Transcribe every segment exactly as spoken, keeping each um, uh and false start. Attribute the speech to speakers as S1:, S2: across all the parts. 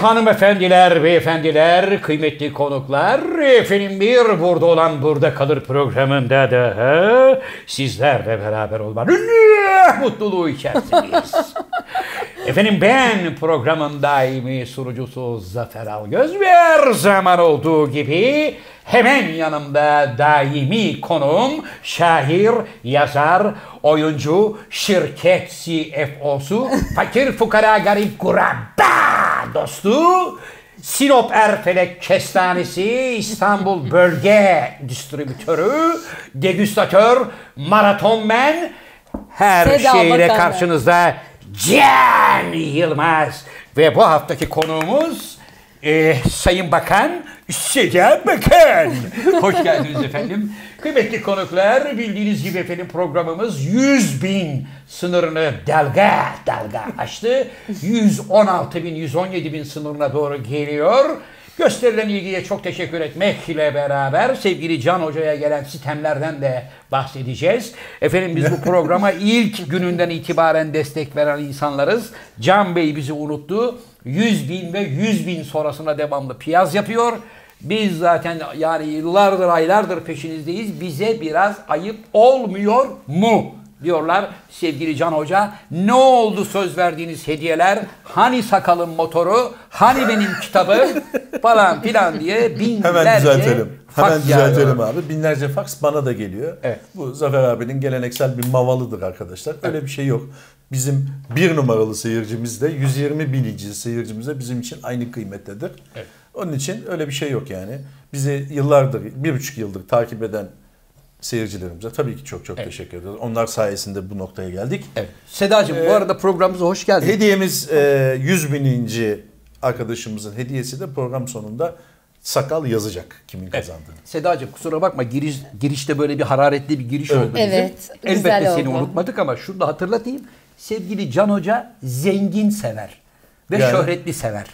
S1: hanımefendiler, beyefendiler, kıymetli konuklar, efendim bir Burada Olan Burada Kalır programında da sizlerle beraber olmanın mutluluğu içerisindeyiz. Efendim ben programın daimi sunucusu Zafer Algöz ve her zaman olduğu gibi hemen yanımda daimi konuğum şair, yazar, oyuncu, şirket C F O'su, fakir fukara garip kurabba dostu, Sinop Erfelek Kestanesi, İstanbul Bölge Distribütörü, degüstatör, maratonmen, her
S2: Seda
S1: şeyle
S2: Bakanlar.
S1: karşınızda Can Yılmaz. Ve bu haftaki konuğumuz e, Sayın Bakan Seda Bakan. Hoş geldiniz efendim. Kıymetli konuklar, bildiğiniz gibi efendim programımız yüz bin sınırını dalga dalga aştı. yüz on altı bin, yüz on yedi bin sınırına doğru geliyor. Gösterilen ilgiye çok teşekkür etmekle beraber sevgili Can Hoca'ya gelen sitemlerden de bahsedeceğiz. Efendim biz bu programa ilk gününden itibaren destek veren insanlarız. Can Bey bizi unuttu. yüz bin ve yüz bin sonrasına devamlı piyaz yapıyor. Biz zaten yani yıllardır aylardır peşinizdeyiz. Bize biraz ayıp olmuyor mu? Diyorlar sevgili Can Hoca. Ne oldu söz verdiğiniz hediyeler? Hani sakalın motoru? Hani benim kitabım? Falan filan diye binlerce
S3: Hemen düzeltelim. Hemen
S1: faks
S3: düzeltelim
S1: yağıyor.
S3: abi. Binlerce faks bana da geliyor.
S1: Evet.
S3: Bu Zafer abinin geleneksel bir mavalıdır arkadaşlar. Öyle evet. bir şey yok. Bizim bir numaralı seyircimiz de yüz yirmi bininci seyircimiz de bizim için aynı kıymettedir. Evet. Onun için öyle bir şey yok yani. Bizi yıllardır, bir buçuk yıldır takip eden seyircilerimize tabii ki çok çok evet. teşekkür ediyoruz. Onlar sayesinde bu noktaya geldik.
S1: Evet. Sedacığım ee, bu arada programımıza hoş geldin.
S3: Hediyemiz e, yüz bininci arkadaşımızın hediyesi de program sonunda sakal yazacak kimin evet. kazandığını.
S1: Sedacığım kusura bakma giriş, girişte böyle bir hararetli bir giriş
S3: evet.
S1: oldu bizim.
S2: Evet.
S1: Elbette seni
S2: oldu.
S1: unutmadık ama şunu da hatırlatayım. Sevgili Can Hoca zengin sever ve
S3: yani.
S1: şöhretli sever.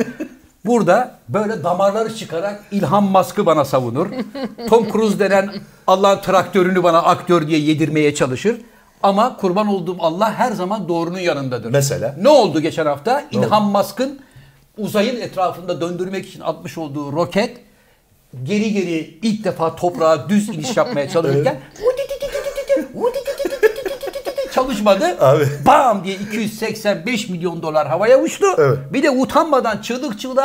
S1: Burada böyle damarları çıkarak Elon Musk'ı bana savunur. Tom Cruise denen Allah'ın traktörünü bana aktör diye yedirmeye çalışır. Ama kurban olduğum Allah her zaman doğrunun yanındadır.
S3: Mesela?
S1: Ne oldu geçen hafta? Elon Musk'ın uzayın etrafında döndürmek için atmış olduğu roket geri geri ilk defa toprağa düz iniş yapmaya çalışırken çalışmadı.
S3: Abi.
S1: Bam diye iki yüz seksen beş milyon dolar havaya uçtu.
S3: Evet.
S1: Bir de utanmadan çığlık çığlığa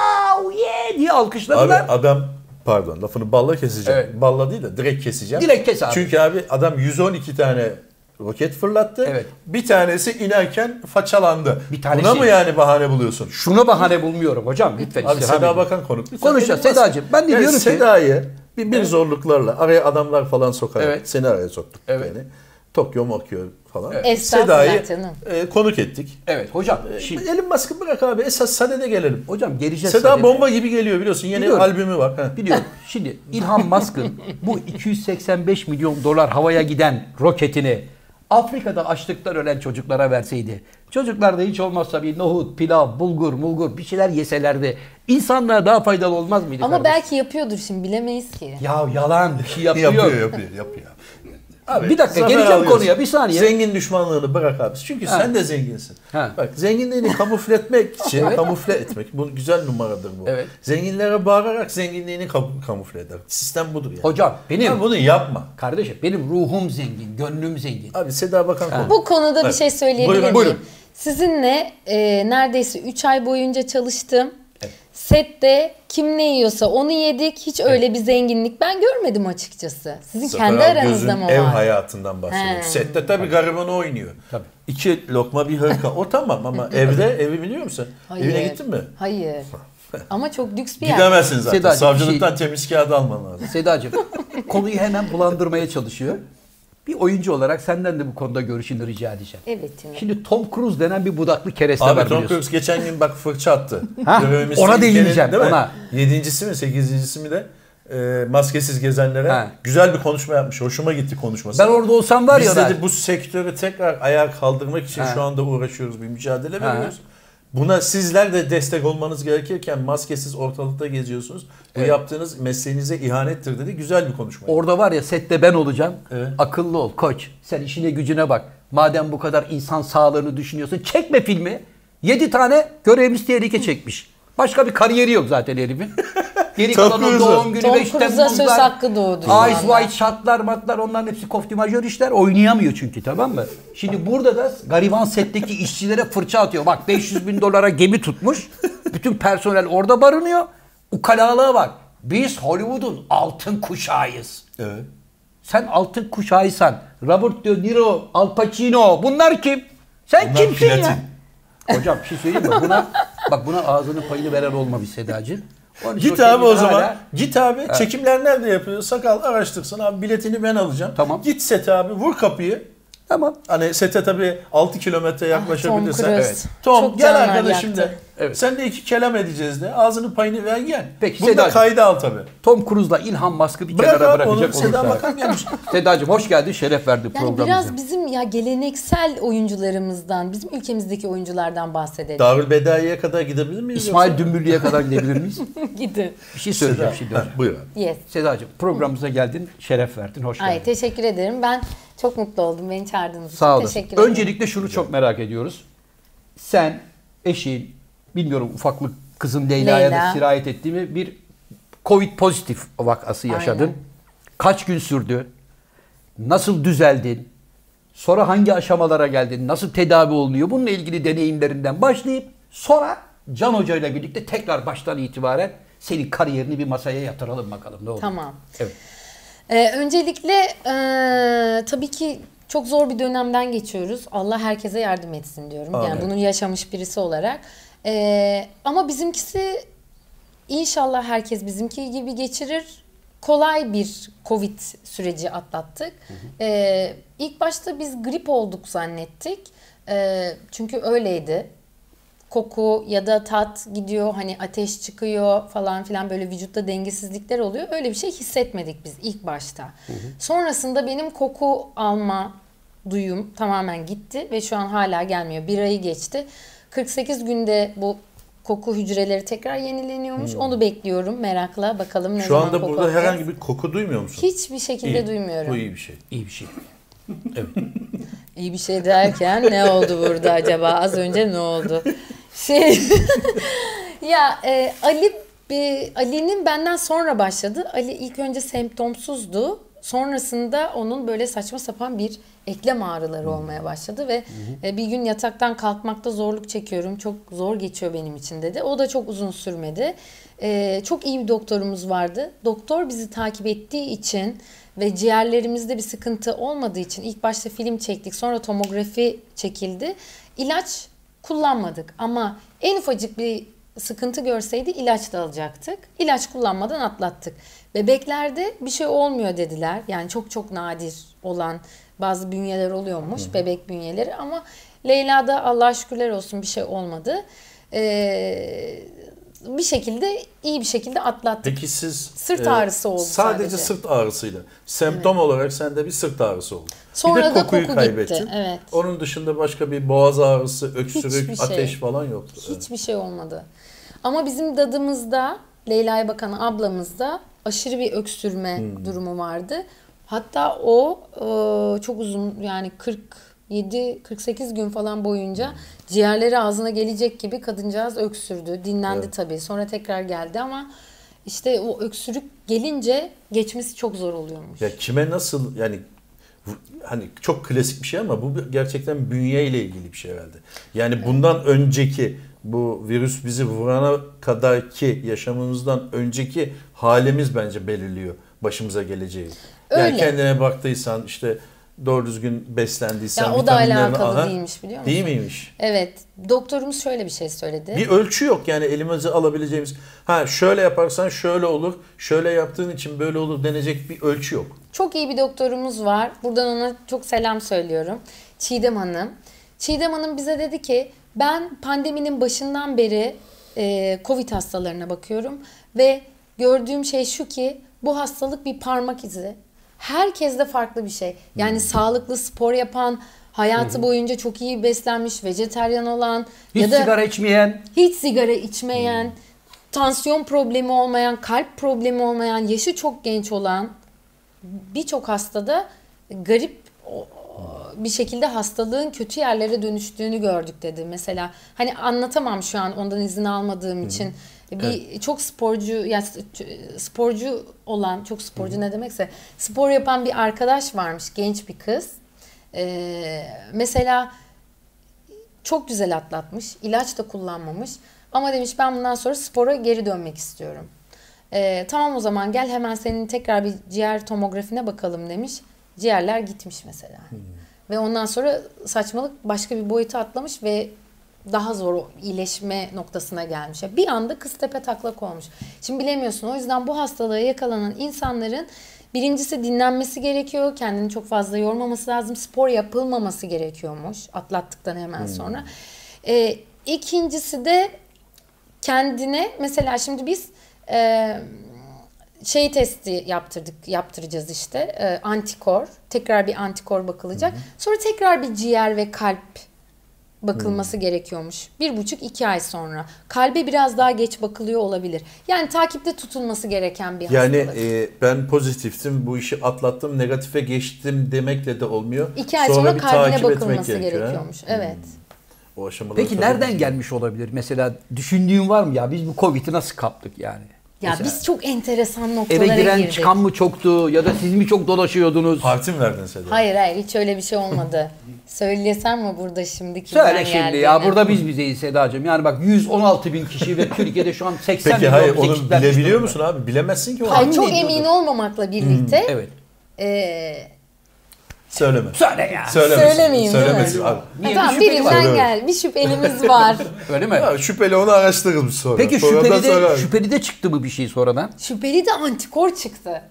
S1: wow yeah diye alkışladılar.
S3: Abi adam pardon lafını balla keseceğim.
S1: Evet.
S3: Balla değil de direkt keseceğim.
S1: Direkt kes abi.
S3: Çünkü abi adam yüz on iki tane roket fırlattı.
S1: Evet.
S3: Bir tanesi inerken façalandı.
S1: Bir tanesi.
S3: Buna mı yani bahane buluyorsun?
S1: Şuna bahane bulmuyorum hocam lütfen.
S3: Abi Seda Bakan konuk.
S1: Konuşacağız Sedacığım. Ben de
S3: yani
S1: diyorum ki.
S3: Seda'yı bir, bir evet. zorluklarla araya adamlar falan sokarak
S1: evet.
S3: seni araya soktuk.
S1: Evet.
S3: Yani. Tokyo Mokyo falan.
S2: Evet.
S3: Seda'yı e, konuk ettik.
S1: Evet hocam.
S3: Şimdi Elon Musk'ı bırak abi. Esas sadede gelelim.
S1: Hocam geleceğiz.
S3: Seda
S1: sadede.
S3: bomba gibi geliyor biliyorsun. Yeni
S1: Biliyorum.
S3: albümü var. Heh.
S1: Biliyorum. Şimdi Elon Musk'ın bu iki yüz seksen beş milyon dolar havaya giden roketini Afrika'da açlıktan ölen çocuklara verseydi, çocuklar da hiç olmazsa bir nohut, pilav, bulgur, mulgur bir şeyler yeselerdi, insanlığa daha faydalı olmaz mıydı?
S2: Ama
S1: kardeşim?
S2: belki yapıyordur şimdi bilemeyiz ki.
S1: Ya yalan bir şey yapıyor.
S3: yapıyor, yapıyor, yapıyor. Abi,
S1: bir dakika geleceğim konuya bir saniye.
S3: Zengin düşmanlığını bırak abi. Çünkü ha. sen de zenginsin. Ha. Bak zenginliğini kamufle etmek için evet. kamufle etmek. Bu güzel numaradır bu. Evet. Zenginlere bağırarak zenginliğini kam- kamufle eder. Sistem budur yani.
S1: Hocam benim.
S3: Abi bunu yapma.
S1: Kardeşim benim ruhum zengin, gönlüm zengin.
S3: Abi Seda Bakan konu.
S2: Bu konuda evet. bir şey söyleyebilir miyim?
S1: Buyurun.
S2: Sizinle e, neredeyse üç ay boyunca çalıştım. Evet. Sette kim ne yiyorsa onu yedik. Hiç evet. öyle bir zenginlik ben görmedim açıkçası. Sizin
S3: Zafer
S2: kendi aranızda mı var?
S3: Ev hayatından bahsediyor. Sette tabii, tabii garibanı oynuyor. Tabii. İki lokma bir hırka. O tamam ama evde evi biliyor musun?
S2: Hayır.
S3: Evine gittin mi?
S2: Hayır. Ama çok lüks bir yer.
S3: Gidemezsin zaten.
S1: Sedacığım,
S3: Savcılıktan
S1: şey...
S3: temiz kağıdı alman lazım.
S1: Sedacığım konuyu hemen bulandırmaya çalışıyor. Bir oyuncu olarak senden de bu konuda görüşünü rica edeceğim.
S2: Evet. Yine.
S1: Şimdi Tom Cruise denen bir budaklı kereste
S3: Abi,
S1: var
S3: Tom
S1: biliyorsun.
S3: Cruise geçen gün bak fırça attı.
S1: Ha, ona değineceğim.
S3: Değil mi?
S1: Ona.
S3: Yedincisi mi sekizincisi mi de e, maskesiz gezenlere ha. güzel bir konuşma yapmış. Hoşuma gitti konuşması.
S1: Ben orada olsam var
S3: Biz
S1: ya.
S3: Biz dedi bu sektörü tekrar ayağa kaldırmak için ha. şu anda uğraşıyoruz. Bir mücadele veriyoruz. Ha. Buna sizler de destek olmanız gerekirken maskesiz ortalıkta geziyorsunuz. Bu evet. yaptığınız mesleğinize ihanettir dedi. Güzel bir konuşma.
S1: Orada var ya sette ben olacağım.
S3: Evet.
S1: Akıllı ol koç. Sen işine gücüne bak. Madem bu kadar insan sağlığını düşünüyorsun çekme filmi. Yedi tane görevimiz tehlike çekmiş. Başka bir kariyeri yok zaten herifin. Geri kalan doğum günü,
S2: Tom
S1: beş
S2: Cruise'a söz
S1: Temmuz'lar,
S2: hakkı doğdu.
S1: Ice White şatlar matlar onların hepsi koftimajör işler. Oynayamıyor çünkü, tamam mı? Şimdi burada da gariban setteki işçilere fırça atıyor. Bak beş yüz bin dolara gemi tutmuş. Bütün personel orada barınıyor. Ukalalığa bak. Biz Hollywood'un altın kuşağıyız.
S3: Evet.
S1: Sen altın kuşağıysan Robert De Niro, Al Pacino bunlar kim? Sen
S3: Bunlar
S1: kimsin
S3: platin.
S1: ya? Hocam bir şey söyleyeyim mi? Buna, bak buna ağzının payını veren olma bir Sedacığım. Onun için
S3: Git
S1: o
S3: abi o
S1: kendini
S3: zaman.
S1: hala-
S3: Git abi. Çekimler nerede yapıyor? Sakal araştırsın abi. Biletini ben alacağım.
S1: Tamam.
S3: Git sete abi. Vur kapıyı.
S1: Tamam.
S3: Hani sete tabii altı kilometre yaklaşabilirsen.
S2: Tom Cruise.
S3: Evet. Tom
S2: Çok
S3: gel
S2: canlar
S3: arkadaşım
S2: yaktı.
S3: de.
S1: Evet.
S3: Sen de iki kelam edeceğiz de. Ağzının payını ver gel.
S1: Peki,
S3: Bunu da
S1: Sedacığım.
S3: kayda al tabii.
S1: Tom Cruise'la İlhan Musk'ı bir
S3: Bırak
S1: kenara
S3: abi onu.
S1: bırakacak
S3: Seda
S1: olursa.
S3: Bakan gelmiş.
S1: Sedacığım hoş geldin, şeref verdin
S2: Yani
S1: programımıza.
S2: biraz bizim ya geleneksel oyuncularımızdan, bizim ülkemizdeki oyunculardan bahsedelim.
S3: Darülbedai'ye kadar gidebilir miyiz?
S1: İsmail
S3: yoksa?
S1: Dümbüllü'ye kadar gidebilir miyiz?
S2: Gidin.
S1: Bir şey söyleyeceğim
S3: Seda.
S1: şimdi.
S3: Ha, buyur abi.
S2: Yes.
S1: Sedacığım programımıza geldin, şeref verdin, hoş geldin.
S2: Ay teşekkür ederim. Ben çok mutlu oldum beni çağırdığınız
S1: Sağ
S2: için.
S1: olasın.
S2: Teşekkür ederim.
S1: Öncelikle şunu çok merak ediyoruz. Sen, eşin, bilmiyorum ufaklık kızın Leyla'ya
S2: Leyla.
S1: da sirayet etti mi, bir Covid pozitif vakası yaşadın.
S2: Aynen.
S1: Kaç gün sürdü? Nasıl düzeldin? Sonra hangi aşamalara geldin? Nasıl tedavi olunuyor? Bununla ilgili deneyimlerinden başlayıp sonra Can Hoca ile birlikte tekrar baştan itibaren senin kariyerini bir masaya yatıralım bakalım. Ne olur?
S2: Tamam.
S1: Evet.
S2: Ee, öncelikle e, tabii ki çok zor bir dönemden geçiyoruz. Allah herkese yardım etsin diyorum.
S3: Amin.
S2: Yani bunu yaşamış birisi olarak. Ee, ama bizimkisi inşallah herkes bizimki gibi geçirir. Kolay bir Covid süreci atlattık. Ee, ilk başta biz grip olduk zannettik. Ee, çünkü öyleydi. Koku ya da tat gidiyor, hani ateş çıkıyor falan filan, böyle vücutta dengesizlikler oluyor. Öyle bir şey hissetmedik biz ilk başta. Hı hı. Sonrasında benim koku alma duyum tamamen gitti ve şu an hala gelmiyor. Bir ayı geçti. kırk sekiz günde bu koku hücreleri tekrar yenileniyormuş. Hmm. Onu bekliyorum merakla. Bakalım ne
S3: Şu
S2: zaman
S3: anda
S2: koku
S3: burada
S2: alacağız.
S3: herhangi bir koku duymuyor musun?
S2: Hiçbir şekilde
S3: İyi.
S2: duymuyorum.
S3: Bu iyi bir şey.
S1: İyi bir şey. Evet.
S2: İyi bir şey derken ne oldu burada acaba? Az önce ne oldu? Şey ya e, Ali e, Ali'nin benden sonra başladı. Ali ilk önce semptomsuzdu. Sonrasında onun böyle saçma sapan bir eklem ağrıları hmm. olmaya başladı ve hmm. e, bir gün yataktan kalkmakta zorluk çekiyorum. Çok zor geçiyor benim için dedi. O da çok uzun sürmedi. E, çok iyi bir doktorumuz vardı. Doktor bizi takip ettiği için ve ciğerlerimizde bir sıkıntı olmadığı için ilk başta film çektik, sonra tomografi çekildi. İlaç kullanmadık ama en ufacık bir sıkıntı görseydi ilaç da alacaktık. İlaç kullanmadan atlattık. Bebeklerde bir şey olmuyor dediler. Yani çok çok nadir olan bazı bünyeler oluyormuş. Hı-hı. Bebek bünyeleri, ama Leyla'da Allah'a şükürler olsun bir şey olmadı. Ee, bir şekilde iyi bir şekilde atlattık.
S3: Peki siz
S2: sırt ağrısı oldu
S3: sadece.
S2: sadece.
S3: Sırt ağrısıyla. Semptom evet. olarak sende bir sırt ağrısı oldu.
S2: Sonra
S3: bir de
S2: da
S3: kokuyu
S2: koku
S3: kaybettin.
S2: gitti. Evet.
S3: Onun dışında başka bir boğaz ağrısı, öksürük,
S2: Hiçbir
S3: ateş
S2: şey.
S3: falan yoktu.
S2: Hiçbir evet. şey olmadı. Ama bizim dadımızda, Leyla'ya bakan ablamızda aşırı bir öksürme hmm. durumu vardı. Hatta o e, çok uzun, yani kırk yedi kırk sekiz gün falan boyunca hmm. ciğerleri ağzına gelecek gibi kadıncağız öksürdü. Dinlendi evet. tabii. Sonra tekrar geldi ama işte o öksürük gelince geçmesi çok zor oluyormuş.
S3: Ya kime nasıl, yani hani çok klasik bir şey ama bu gerçekten bünye ile ilgili bir şey herhalde. Yani evet. bundan önceki, bu virüs bizi vurana kadarki yaşamımızdan önceki halimiz bence belirliyor başımıza geleceği.
S2: Öyle.
S3: Yani kendine baktıysan, işte doğru düzgün beslendiysen,
S2: ya o da alakalı aha, değilmiş, biliyor musun?
S3: Değil miymiş?
S2: Evet. Doktorumuz şöyle bir şey söyledi.
S3: Bir ölçü yok yani elimize alabileceğimiz. Ha şöyle yaparsan şöyle olur, şöyle yaptığın için böyle olur denecek bir ölçü yok.
S2: Çok iyi bir doktorumuz var. Buradan ona çok selam söylüyorum. Çiğdem Hanım. Çiğdem Hanım bize dedi ki, ben pandeminin başından beri e, Covid hastalarına bakıyorum ve gördüğüm şey şu ki, bu hastalık bir parmak izi. Herkeste farklı bir şey. Yani hmm. sağlıklı spor yapan, hayatı hmm. boyunca çok iyi beslenmiş, vejetaryen olan,
S1: hiç
S2: ya da
S1: sigara içmeyen,
S2: hiç sigara içmeyen, hmm. tansiyon problemi olmayan, kalp problemi olmayan, yaşı çok genç olan birçok hastada garip bir şekilde hastalığın kötü yerlere dönüştüğünü gördük dedi. Mesela hani anlatamam şu an ondan izin almadığım için. Bir evet. çok sporcu yani sporcu olan çok sporcu Hı-hı. ne demekse spor yapan bir arkadaş varmış, genç bir kız. Ee, mesela çok güzel atlatmış, ilaç da kullanmamış ama demiş ben bundan sonra spora geri dönmek istiyorum. Ee, tamam o zaman gel hemen senin tekrar bir ciğer tomografine bakalım demiş. Ciğerler gitmiş mesela. Hmm. Ve ondan sonra saçmalık başka bir boyuta atlamış ve daha zor iyileşme noktasına gelmiş. Bir anda kız tepe taklak olmuş. Şimdi bilemiyorsun. O yüzden bu hastalığa yakalanan insanların birincisi dinlenmesi gerekiyor. Kendini çok fazla yormaması lazım. Spor yapılmaması gerekiyormuş atlattıktan hemen sonra. Hmm. Ee, ikincisi de kendine mesela şimdi biz e, şey testi yaptırdık, yaptıracağız işte. E, antikor. Tekrar bir antikor bakılacak. Hmm. Sonra tekrar bir ciğer ve kalp bakılması hmm. gerekiyormuş. Bir buçuk iki ay sonra. Kalbe biraz daha geç bakılıyor olabilir. Yani takipte tutulması gereken bir
S3: yani,
S2: hastalık.
S3: Yani e, ben pozitiftim, bu işi atlattım, negatife geçtim demekle de olmuyor.
S2: İki ay sonra, sonra kalbine bakılması gerekiyormuş. Hmm. Evet.
S3: O
S1: Peki nereden gelmiş olabilir? Mesela düşündüğün var mı ya biz bu Covid'i nasıl kaptık yani?
S2: Ya
S1: mesela,
S2: biz çok enteresan noktalara
S1: girdik. Eve giren
S2: girdik.
S1: çıkan mı çoktu ya da siz mi çok dolaşıyordunuz?
S3: Parti mi verdin Seda?
S2: Hayır hayır hiç öyle bir şey olmadı. Söylesem mi burada şimdi
S1: kimden Söyle şimdi geldiğini? Ya burada biz bizeyiz Sedacığım. Yani bak yüz on altı bin kişi ve Türkiye'de şu an seksen
S3: Peki,
S1: milyon
S3: hayır onu bilebiliyor musun abi? Bilemezsin ki onu.
S2: Hayır çok emin olmamakla birlikte. Hmm.
S1: Evet.
S2: E,
S3: Söyleme.
S1: Söyle ya.
S3: Söylemesin.
S2: Söylemeyeyim
S3: Söylemesin abi.
S2: Niye? Tamam birinden gel. Bir şüphelimiz var.
S1: Öyle mi?
S3: Ya, şüpheli onu araştırırız sonra.
S1: Peki şüpheli de, şüpheli de çıktı mı bir şey sonradan?
S2: Şüpheli de antikor çıktı.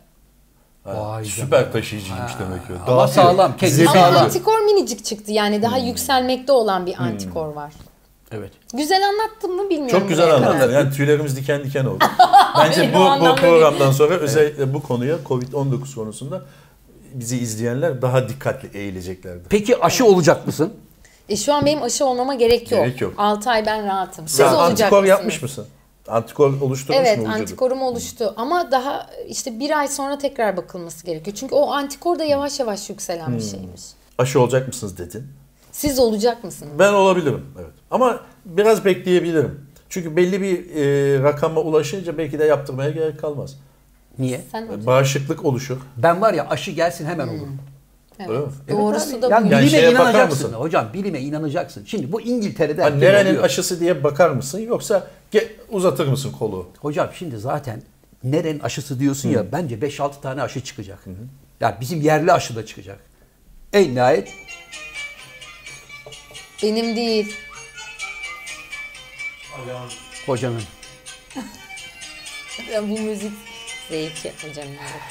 S3: Vay süper canım. Taşıyıcıymış ha. demek ki.
S1: Daha ama sağlam.
S2: Ama sağlam. Antikor minicik çıktı. Yani daha hmm. yükselmekte olan bir antikor hmm. var.
S1: Evet.
S2: Güzel anlattım mı bilmiyorum.
S3: Çok güzel anlattın. Yani tüylerimiz diken diken oldu. Bence bu, bu programdan sonra özellikle evet. bu konuya kovid on dokuz konusunda bizi izleyenler daha dikkatli eğileceklerdir.
S1: Peki aşı olacak mısın?
S2: E şu an benim aşı olmama gerek yok.
S3: Gerek yok.
S2: altı ay ben rahatım. Siz
S3: Sen
S2: olacak
S3: antikor
S2: mısınız?
S3: yapmış mısın? Antikor oluşturmuş
S2: evet,
S3: mu vücudu?
S2: Evet antikorum oluştu ama daha işte bir ay sonra tekrar bakılması gerekiyor. Çünkü o antikor da yavaş yavaş yükselen hmm. bir şeymiş.
S3: Aşı olacak mısınız dedin.
S2: Siz olacak mısınız?
S3: Ben olabilirim evet. Ama biraz bekleyebilirim. Çünkü belli bir e, rakama ulaşınca belki de yaptırmaya gerek kalmaz.
S1: Niye?
S3: Sen bağışıklık oluşur.
S1: Ben var ya aşı gelsin hemen olur. Hmm.
S2: Evet. Doğrusu evet da
S1: yani
S2: bu.
S1: Yani bilime inanacaksın. Hocam bilime inanacaksın. Şimdi bu İngiltere'de...
S3: Hani nerenin diyor. Aşısı diye bakar mısın yoksa uzatır mısın kolu?
S1: Hocam şimdi zaten nerenin aşısı diyorsun Hı. ya bence beş altı tane aşı çıkacak. Hı. Yani bizim yerli aşı da çıkacak. En nihayet...
S2: Benim değil.
S1: Hocanın.
S2: Bu müzik zevki hocam.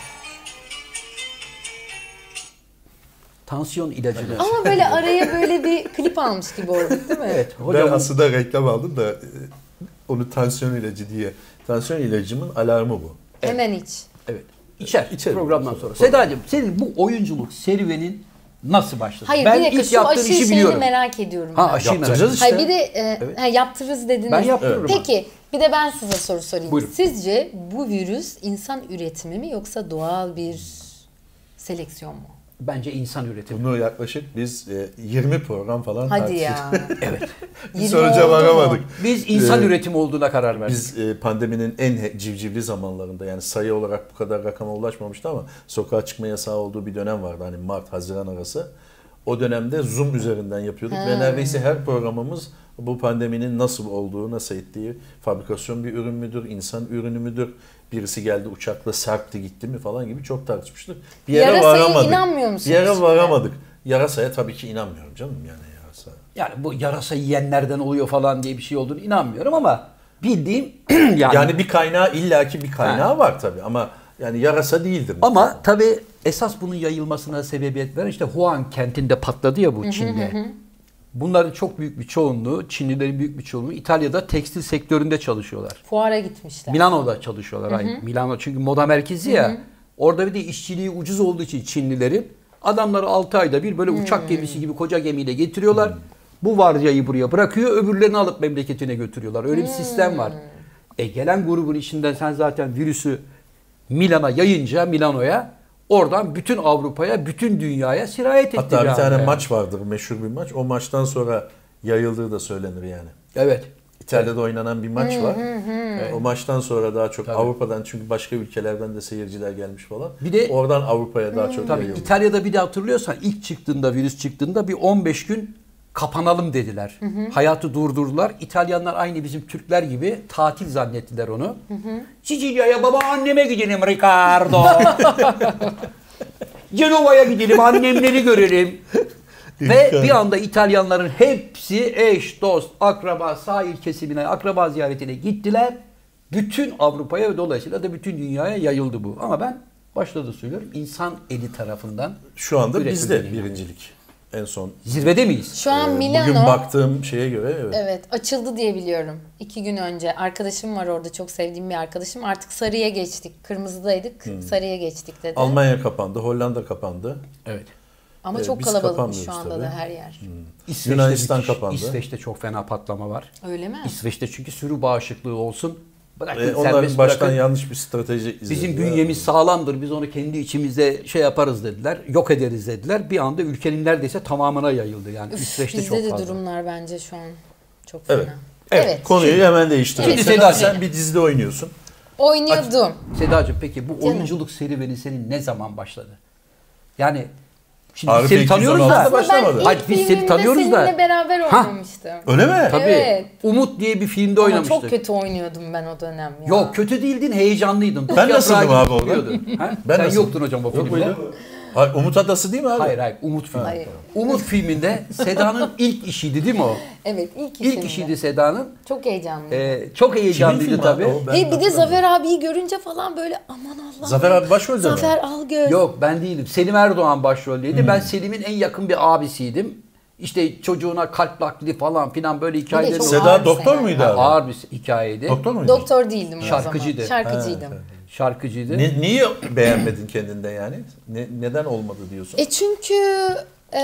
S1: Tansiyon ilacını.
S2: Ama böyle araya böyle bir klip almış gibi olduk değil mi?
S3: Evet. Hocam, ben aslında reklam aldım da onu tansiyon ilacı diye. Tansiyon ilacımın alarmı bu.
S2: Evet. Hemen iç.
S1: Evet. İçer. İçer programdan sonra. Sedacığım senin bu oyunculuk serüvenin nasıl başladı?
S2: Hayır
S1: ben
S2: bir dakika
S1: ilk
S2: şu aşı
S1: işi
S2: şeyini
S1: biliyorum.
S2: merak ediyorum.
S1: Ha aşıyı
S3: yaptıracağız işte.
S2: Hayır bir de e, evet. ha, yaptırırız dediniz.
S1: Ben yaptırırım.
S2: Peki bir de ben size soru sorayım.
S1: Buyurun.
S2: Sizce bu virüs insan üretimi mi yoksa doğal bir seleksiyon mu?
S1: Bence insan üretimi.
S3: Bunu yaklaşık biz e, yirmi program falan
S2: Hadi
S3: tartıştık.
S2: ya.
S1: Evet.
S3: Bir sonuca varamadık.
S1: Biz insan ee, üretimi olduğuna karar verdik.
S3: Biz e, pandeminin en civcivli zamanlarında yani sayı olarak bu kadar rakama ulaşmamıştı ama sokağa çıkma yasağı olduğu bir dönem vardı. Hani Mart, Haziran arası. O dönemde Zoom üzerinden yapıyorduk hmm. ve neredeyse her programımız bu pandeminin nasıl olduğu, nasıl ettiği, fabrikasyon bir ürün müdür, insan ürünü müdür, birisi geldi uçakla serpti gitti mi falan gibi çok tartışmıştık. Bir yere
S2: Yarasaya
S3: varamadık.
S2: inanmıyor musunuz?
S3: Bir yere varamadık. Yarasaya tabii ki inanmıyorum canım yani yarasa.
S1: Yani bu yarasa yiyenlerden oluyor falan diye bir şey olduğunu inanmıyorum ama bildiğim yani.
S3: Yani bir kaynağı illaki bir kaynağı ha. var tabii ama yani yarasa değildir.
S1: Ama mesela. Tabii esas bunun yayılmasına sebebiyet veren işte Wuhan kentinde patladı ya bu Çin'de. Hı hı hı. Bunların çok büyük bir çoğunluğu, Çinlilerin büyük bir çoğunluğu İtalya'da tekstil sektöründe çalışıyorlar.
S2: Fuara gitmişler.
S1: Milano'da çalışıyorlar. Hı hı. Aynı. Milano çünkü moda merkezi ya. Hı hı. Orada bir de işçiliği ucuz olduğu için Çinlilerin adamları altı ayda bir böyle hı. uçak gemisi gibi koca gemiyle getiriyorlar. Hı. Bu vardiyayı buraya bırakıyor, öbürlerini alıp memleketine götürüyorlar. Öyle bir sistem var. E gelen grubun içinden sen zaten virüsü Milan'a yayınca Milano'ya oradan bütün Avrupa'ya, bütün dünyaya sirayet etti.
S3: Hatta bir tane
S1: yani.
S3: maç vardır, meşhur bir maç. O maçtan sonra yayıldığı da söylenir yani.
S1: Evet.
S3: İtalya'da oynanan bir maç var.
S1: Evet.
S3: O maçtan sonra daha çok
S1: Tabii.
S3: Avrupa'dan, çünkü başka ülkelerden de seyirciler gelmiş falan.
S1: Bir de
S3: oradan Avrupa'ya daha çok
S1: tabii
S3: yayıldı.
S1: İtalya'da bir de hatırlıyorsan ilk çıktığında, virüs çıktığında bir on beş gün kapanalım dediler. Hı hı. Hayatı durdurdular. İtalyanlar aynı bizim Türkler gibi tatil zannettiler onu. Hı hı. Sicilya'ya babaanneme gidelim Ricardo. Cenova'ya gidelim, annemleri görelim. Ve bir anda İtalyanların hepsi eş, dost, akraba, sahil kesimine, akraba ziyaretine gittiler. Bütün Avrupa'ya ve dolayısıyla da bütün dünyaya yayıldı bu. Ama ben başta da söylüyorum, insan eli tarafından
S3: Şu anda
S1: üretildi
S3: bizde
S1: yani.
S3: birincilik. En son.
S1: Zirvede miyiz?
S2: Şu an
S3: Ee,
S2: Milano
S3: Bugün baktığım şeye göre evet.
S2: evet açıldı diye biliyorum. İki gün önce. Arkadaşım var orada, çok sevdiğim bir arkadaşım. Artık sarıya geçtik. Kırmızıdaydık. Sarıya geçtik dedi.
S3: Almanya kapandı, Hollanda kapandı.
S1: Evet.
S2: Ama
S3: Ee,
S2: çok
S3: biz
S2: kalabalıkmış şu
S3: kapanmıyoruz
S2: anda da
S3: tabii.
S2: her yer.
S1: İsveç'te
S3: Yunanistan
S1: müthiş-
S3: kapandı.
S1: İsveç'te çok fena patlama var.
S2: Öyle mi?
S1: İsveç'te çünkü sürü bağışıklığı olsun. Bırakın,
S3: Ee,
S1: serbest
S3: onların baştan
S1: bırakın.
S3: yanlış bir strateji izlediler.
S1: Bizim bünyemiz sağlamdır. Biz onu kendi içimizde şey yaparız dediler. Yok ederiz dediler. Bir anda ülkenin neredeyse tamamına yayıldı. Yani
S2: Üf,
S1: İsveç'te
S2: bizde
S1: çok
S2: de
S1: fazla.
S2: durumlar bence şu an çok fena.
S3: Evet.
S1: Evet.
S3: Konuyu
S1: Şimdi-
S3: hemen değiştirelim.
S1: Şimdi
S3: Seda,
S1: Seda-
S3: sen bir dizide oynuyorsun.
S2: Oynuyordum.
S1: Sedacığım, peki bu
S2: Canım.
S1: oyunculuk serüveni senin ne zaman başladı? Yani şimdi
S3: Arif
S1: biz seni
S3: iki yüz on
S1: tanıyoruz
S3: altıda
S1: da.
S3: baş- başlamadı.
S2: Ben ilk
S1: Hayır, biz seni
S2: filmimde
S1: tanıyoruz da.
S2: seninle beraber
S1: Ha.
S2: oynamıştım.
S3: Öyle mi?
S1: Tabii.
S2: Evet.
S1: Umut diye bir filmde
S2: Ama
S1: oynamıştık.
S2: çok kötü oynuyordum ben o dönem ya.
S1: Yok, kötü değildin, heyecanlıydın. Dut
S3: Ben
S1: yaprağı
S3: nasıldım
S1: gibi
S3: abi orada?
S1: tutuyordu. Ha?
S3: Ben
S1: Sen
S3: nasıldım?
S1: yoktun hocam o
S3: Yok
S1: filmde.
S3: muydu? Hayır, Umut Adası değil mi abi?
S1: Hayır hayır, Umut filmi.
S2: Hayır.
S1: Umut filminde Seda'nın ilk işiydi değil mi o?
S2: Evet, ilk işimde.
S1: İlk işiydi Seda'nın.
S2: Çok heyecanlıydım.
S1: Ee, çok
S3: Kimin
S1: heyecanlıydı
S3: filmi
S1: tabii.
S3: abi o? Ben
S2: Hey, bir de
S3: hatırlamıyorum.
S2: Zafer abiyi görünce falan böyle aman Allah'ım.
S3: Zafer abi başrolde mi?
S2: Zafer Algöz.
S1: Yok, ben değilim. Selim Erdoğan başroldeydi.
S3: Hmm.
S1: Ben Selim'in en yakın bir abisiydim. İşte çocuğuna kalp nakli falan filan böyle hikayeleri
S2: çok
S1: var.
S3: Seda
S2: ağır bir
S3: doktor
S2: sene.
S3: muydu
S1: Ha,
S3: abi?
S1: ağır bir hikayeydi.
S3: Doktor muydu?
S2: Doktor değildim o
S1: Şarkıcıydı.
S2: zaman. Şarkıcıydım.
S3: Ha,
S1: Şarkıcıydı.
S3: Ne, niye beğenmedin kendinde yani? Ne, neden olmadı diyorsun?
S2: E çünkü e,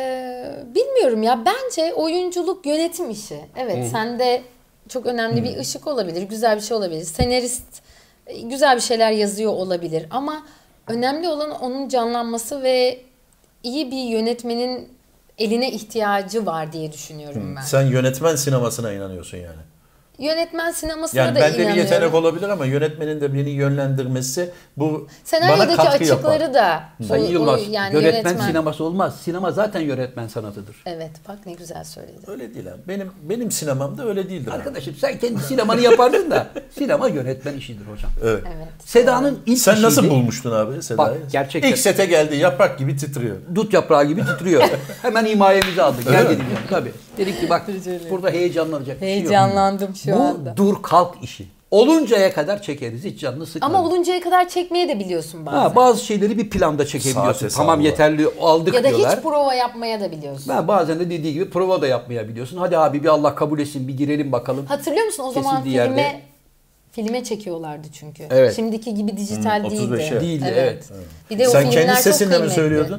S2: bilmiyorum ya, bence oyunculuk yönetim işi. Evet, sende çok önemli bir ışık olabilir, güzel bir şey olabilir. Senarist e, güzel bir şeyler yazıyor olabilir ama önemli olan onun canlanması ve iyi bir yönetmenin eline ihtiyacı var diye düşünüyorum ben.
S3: Sen yönetmen sinemasına inanıyorsun yani.
S2: Yönetmen sinemasına
S3: Yani
S2: da
S3: bende bir
S2: inanıyorum.
S3: yetenek olabilir ama yönetmenin de beni yönlendirmesi bu bana
S2: Senaryodaki
S3: katkı
S2: açıkları
S3: yapar.
S2: da
S1: Sayın
S2: o- o-
S1: Yılmaz,
S2: yani
S1: yönetmen,
S2: yönetmen-
S1: sineması olmaz. Sinema zaten yönetmen sanatıdır.
S2: Evet, bak ne güzel söyledi.
S3: Öyle değil abi. Benim benim sinemamda öyle değildir. abi.
S1: Arkadaşım sen kendi sinemanı yapardın da sinema yönetmen işidir hocam.
S3: Evet.
S2: Evet.
S1: Seda'nın ilk
S3: Sen nasıl
S1: işiydi.
S3: bulmuştun abi Seda'yı?
S1: Bak, gerçekten-
S3: İlk sete geldi yaprak gibi titriyor.
S1: Dut yaprağı gibi titriyor. Hemen himayemizi aldık.
S3: Öyle
S1: Gel
S3: mi?
S1: dedim yani. Tabii. Dedik ki bak burada heyecanlanacak bir şey yok.
S2: Heyecanlandım şu
S1: Bu
S2: anda.
S1: dur kalk işi. Oluncaya kadar çekeriz. Hiç canını sıkma.
S2: Ama oluncaya kadar çekmeye de biliyorsun bazen.
S1: Ha, bazı şeyleri bir planda çekebiliyorsun.
S3: Saat hesabı
S1: Tamam
S3: var.
S1: yeterli aldık
S2: Ya da
S1: diyorlar.
S2: hiç prova yapmaya da biliyorsun.
S1: Ha, bazen de dediği gibi prova da yapmayabiliyorsun. Hadi abi bir Allah kabul etsin bir girelim bakalım.
S2: Hatırlıyor musun o zaman
S1: Kesildiği
S2: filme
S1: yerde-
S2: filme çekiyorlardı çünkü.
S1: Evet.
S2: Şimdiki gibi dijital
S3: Hmm,
S2: değildi.
S3: otuz beşe.
S1: Değildi, evet.
S2: Bir de o
S3: Sen
S2: filmler
S3: kendi
S2: çok
S3: sesinle mi
S2: kıymetli.
S3: söylüyordun?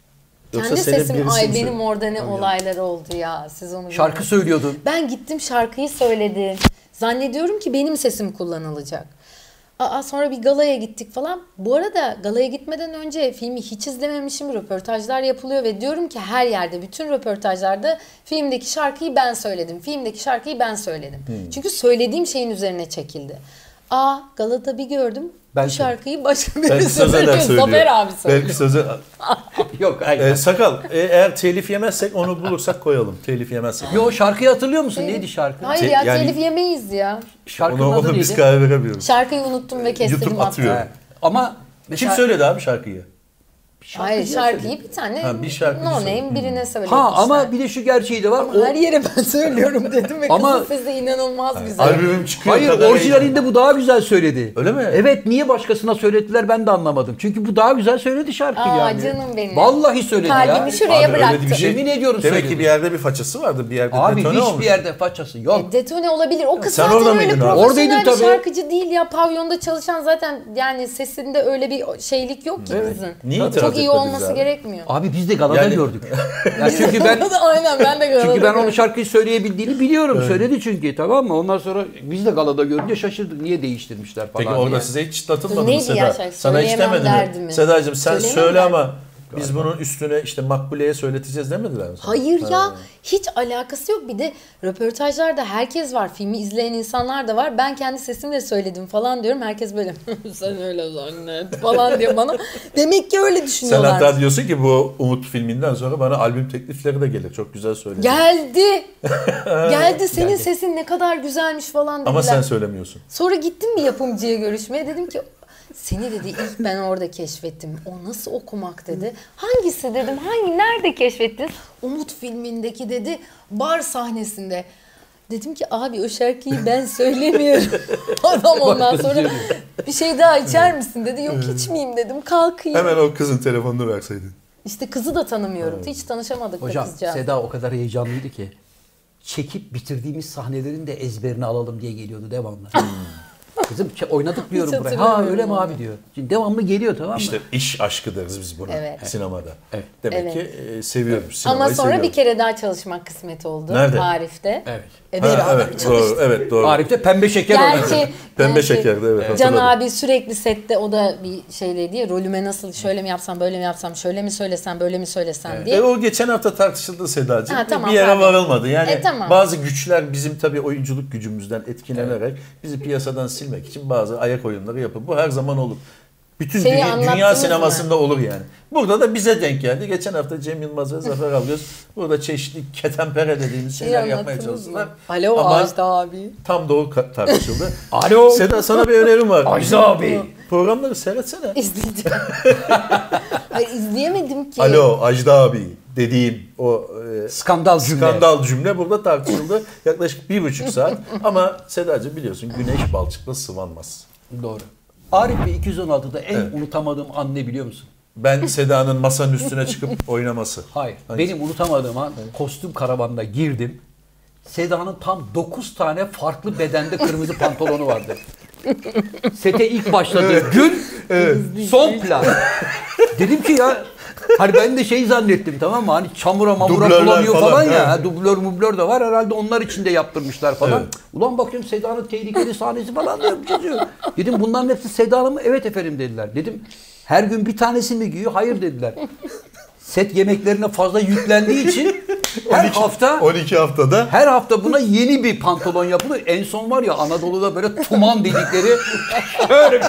S3: Yoksa
S2: Kendi
S3: senin
S2: sesim,
S3: birisi
S2: ay
S3: mi
S2: benim
S3: söylüyor?
S2: orada ne olaylar oldu ya. Siz onu
S1: Şarkı
S2: bilmiyorsunuz.
S1: söylüyordun.
S2: Ben gittim şarkıyı söyledim. Zannediyorum ki benim sesim kullanılacak. Aa, sonra bir galaya gittik falan. Bu arada galaya gitmeden önce filmi hiç izlememişim. Röportajlar yapılıyor ve diyorum ki her yerde, bütün röportajlarda filmdeki şarkıyı ben söyledim. Filmdeki şarkıyı ben söyledim. Çünkü söylediğim şeyin üzerine çekildi. Aa, galada bir gördüm.
S1: Ben
S2: bu şarkıyı başka birisi
S3: Belki Sözener söylüyor.
S2: Zafer abi söylüyor.
S3: Belki Söze...
S1: Yok hayır.
S3: Ee, sakal, e, eğer telif yemezsek onu bulursak koyalım. Telif yemezsek.
S1: Yo, şarkıyı hatırlıyor musun? Neydi şarkı?
S2: Hayır
S3: Te-
S2: ya,
S3: yani-
S2: telif yemeyiz ya.
S1: Şarkının
S3: Onu,
S1: adı
S3: onu
S1: neydi?
S3: biz karar veremiyoruz.
S2: Şarkıyı unuttum ve kestirdim.
S3: YouTube
S2: attım.
S3: atıyor.
S1: He. Ama
S3: Kim
S1: mesela-
S3: söyledi abi şarkıyı?
S2: Hayır,
S1: Şarkıcı
S2: şarkıyı
S1: söyledi.
S2: bir tane
S3: Ha, bir şarkıcı
S2: no
S3: söyledi.
S2: name birine söylemişler.
S1: Ha ama bir de şu gerçeği de var. O,
S2: Her yere ben söylüyorum dedim ve
S1: Ama-
S2: kızın sesi inanılmaz güzel.
S3: Albümüm çıkıyor.
S1: hayır
S3: kadar
S1: orijinalinde bu daha güzel söyledi.
S3: Öyle mi?
S1: Evet, niye başkasına söylediler ben de anlamadım. Çünkü bu daha güzel söyledi şarkı
S2: Aa,
S1: yani.
S2: canım benim.
S1: Vallahi söyledi
S2: Kalbimi
S1: ya.
S2: şuraya
S3: Abi öyle
S2: bıraktı.
S3: bir şey-
S1: Yemin ediyorum
S3: Demek
S1: söyledi.
S3: ki bir yerde bir façası vardı. Bir yerde
S1: Abi
S3: detone
S1: hiçbir
S3: olmuş.
S1: yerde façası yok.
S2: E, detone olabilir. O kız
S3: Sen
S2: zaten
S3: orada
S2: öyle
S3: mıydın abi?
S2: profesyonel
S1: Oradaydım
S2: bir
S1: tabii.
S2: şarkıcı değil ya. Pavyonda çalışan zaten, yani sesinde öyle bir şeylik yok ki kızın.
S3: Niye
S1: Tabii,
S3: itiraz
S2: çok iyi
S3: etmediniz
S2: olması
S3: abi.
S2: gerekmiyor.
S1: Abi biz de galada
S3: Yani-
S1: gördük. Ya çünkü ben
S2: Aynen ben de galada
S1: çünkü ben onun
S2: gördüm.
S1: şarkıyı söyleyebildiğini biliyorum. Söyledi çünkü, tamam mı? Ondan sonra biz de galada görünce şaşırdık. Niye değiştirmişler falan
S3: Peki orada
S1: diye.
S3: size hiç çıtlatılmadı mı
S2: Neydi
S3: Seda?
S2: ya şarkı?
S3: Sana hiç
S2: Söyleyemem
S3: demedi
S2: derdi
S3: mi?
S2: mi?
S3: Sedacığım sen
S2: Söyleyemem
S3: söyle
S2: derdi.
S3: ama biz bunun üstüne işte Makbule'ye söyleteceğiz demediler mi sana?
S2: Hayır ya
S3: Ha.
S2: hiç alakası yok. Bir de röportajlarda herkes var. Filmi izleyen insanlar da var. Ben kendi sesimle söyledim falan diyorum. Herkes böyle sen öyle zannet falan diyor bana. Demek ki öyle
S3: Sen
S2: düşünüyorlar.
S3: hatta diyorsun ki bu Umut filminden sonra bana albüm teklifleri de gelir. Çok güzel söyledin.
S2: Geldi. Geldi. Senin
S1: Geldi.
S2: sesin ne kadar güzelmiş falan dediler.
S3: Ama sen söylemiyorsun.
S2: Sonra gittim bir yapımcıya görüşmeye. Dedim ki seni dedi ilk ben orada keşfettim. O nasıl okumak dedi. Hangisi dedim. Hangi nerede keşfettin? Umut filmindeki dedi bar sahnesinde. Dedim ki abi o şarkıyı ben söylemiyorum. Adam ondan sonra bir şey daha içer misin dedi. Yok içmeyeyim dedim. Kalkayım.
S3: Hemen o kızın telefonunu verseydin.
S2: İşte kızı da tanımıyorum. Hiç tanışamadık da
S1: Hocam
S2: kızcağız.
S1: Seda o kadar heyecanlıydı ki çekip bitirdiğimiz sahnelerin de ezberini alalım diye geliyordu devamlı. Kızım ç- oynadık diyorum
S2: Hiç
S1: buraya. Ha
S2: hatırlamıyorum
S1: öyle mi
S2: onu.
S1: abi diyor. Şimdi devamlı geliyor, tamam mı?
S3: İşte iş aşkı deriz biz buna
S2: Evet.
S3: sinemada.
S1: Evet.
S3: Demek
S2: Evet.
S3: ki e, seviyoruz. Sinemayı
S2: Ama sonra
S3: seviyoruz.
S2: bir kere daha çalışmak kısmet oldu.
S3: Nerede?
S2: Arif'te.
S1: Evet.
S2: E,
S3: Ha,
S2: beraber
S3: evet
S2: çalıştık.
S3: doğru. Evet doğru.
S1: Arif'te pembe şeker oynadı.
S2: Gerçi,
S3: Pembe
S2: gerçi
S3: şekerdi, evet,
S2: Can
S3: hatırladım.
S2: abi sürekli sette o da bir şeydeydi ya rolüme nasıl şöyle mi yapsam böyle mi yapsam şöyle mi söylesem böyle mi söylesem diye.
S3: E o geçen hafta tartışıldı Sedacığım.
S2: Ha, tamam,
S3: bir yere
S2: pardon.
S3: varılmadı. Yani
S2: E, tamam.
S3: bazı güçler bizim tabii oyunculuk gücümüzden etkilenerek bizi piyasadan silmek için bazı ayak oyunları yapıyor. Bu her zaman olur. Bütün
S2: Şeyi
S3: dünya, dünya
S2: anlattınız
S3: sinemasında olur yani. Burada da bize denk geldi. Geçen hafta Cem Yılmaz ve Zafer Algöz burada çeşitli ketempere dediğimiz
S2: Şey
S3: şeyler yapmaya
S2: anlattınız
S3: çalıştılar.
S2: mı? Alo
S3: Ama
S2: Ajda abi.
S3: tam da o ka- tartışıldı.
S1: Alo.
S3: Seda sana bir önerim var.
S1: Ajda abi.
S3: Programları seyretsene.
S2: İzleyeceğim. Hayır izleyemedim ki.
S3: Alo Ajda abi dediğim o e,
S1: Skandal cümle.
S3: skandal cümle burada tartışıldı. Yaklaşık bir buçuk saat. Ama Sedacığım biliyorsun güneş balçıkla sıvanmaz.
S1: Doğru. Arif Bey iki yüz on altıda en
S3: Evet.
S1: unutamadığım an ne biliyor musun?
S3: Ben Seda'nın masanın üstüne çıkıp oynaması.
S1: Hayır.
S3: Hangisi?
S1: Benim unutamadığım an kostüm karavanına girdim. Seda'nın tam dokuz tane farklı bedende kırmızı pantolonu vardı. Sete ilk başladığı gün son plan. Dedim ki ya hani ben de şey zannettim, tamam mı? Hani çamura mamura
S3: Dublörler
S1: bulanıyor falan,
S3: falan,
S1: ya.
S3: evet.
S1: Dublör mublör de var herhalde, onlar için de yaptırmışlar falan.
S3: Evet.
S1: Ulan bakıyorum Seda'nın tehlikeli sahnesi falan diyorum çocuğu. Dedim bunların hepsi Seda'nın mı? Evet efendim dediler. Dedim her gün bir tanesini mi giyiyor? Hayır dediler. Set yemeklerine fazla yüklendiği için her hafta
S3: on iki haftada
S1: her hafta buna yeni bir pantolon yapılıyor. En son var ya Anadolu'da böyle tuman dedikleri şöyle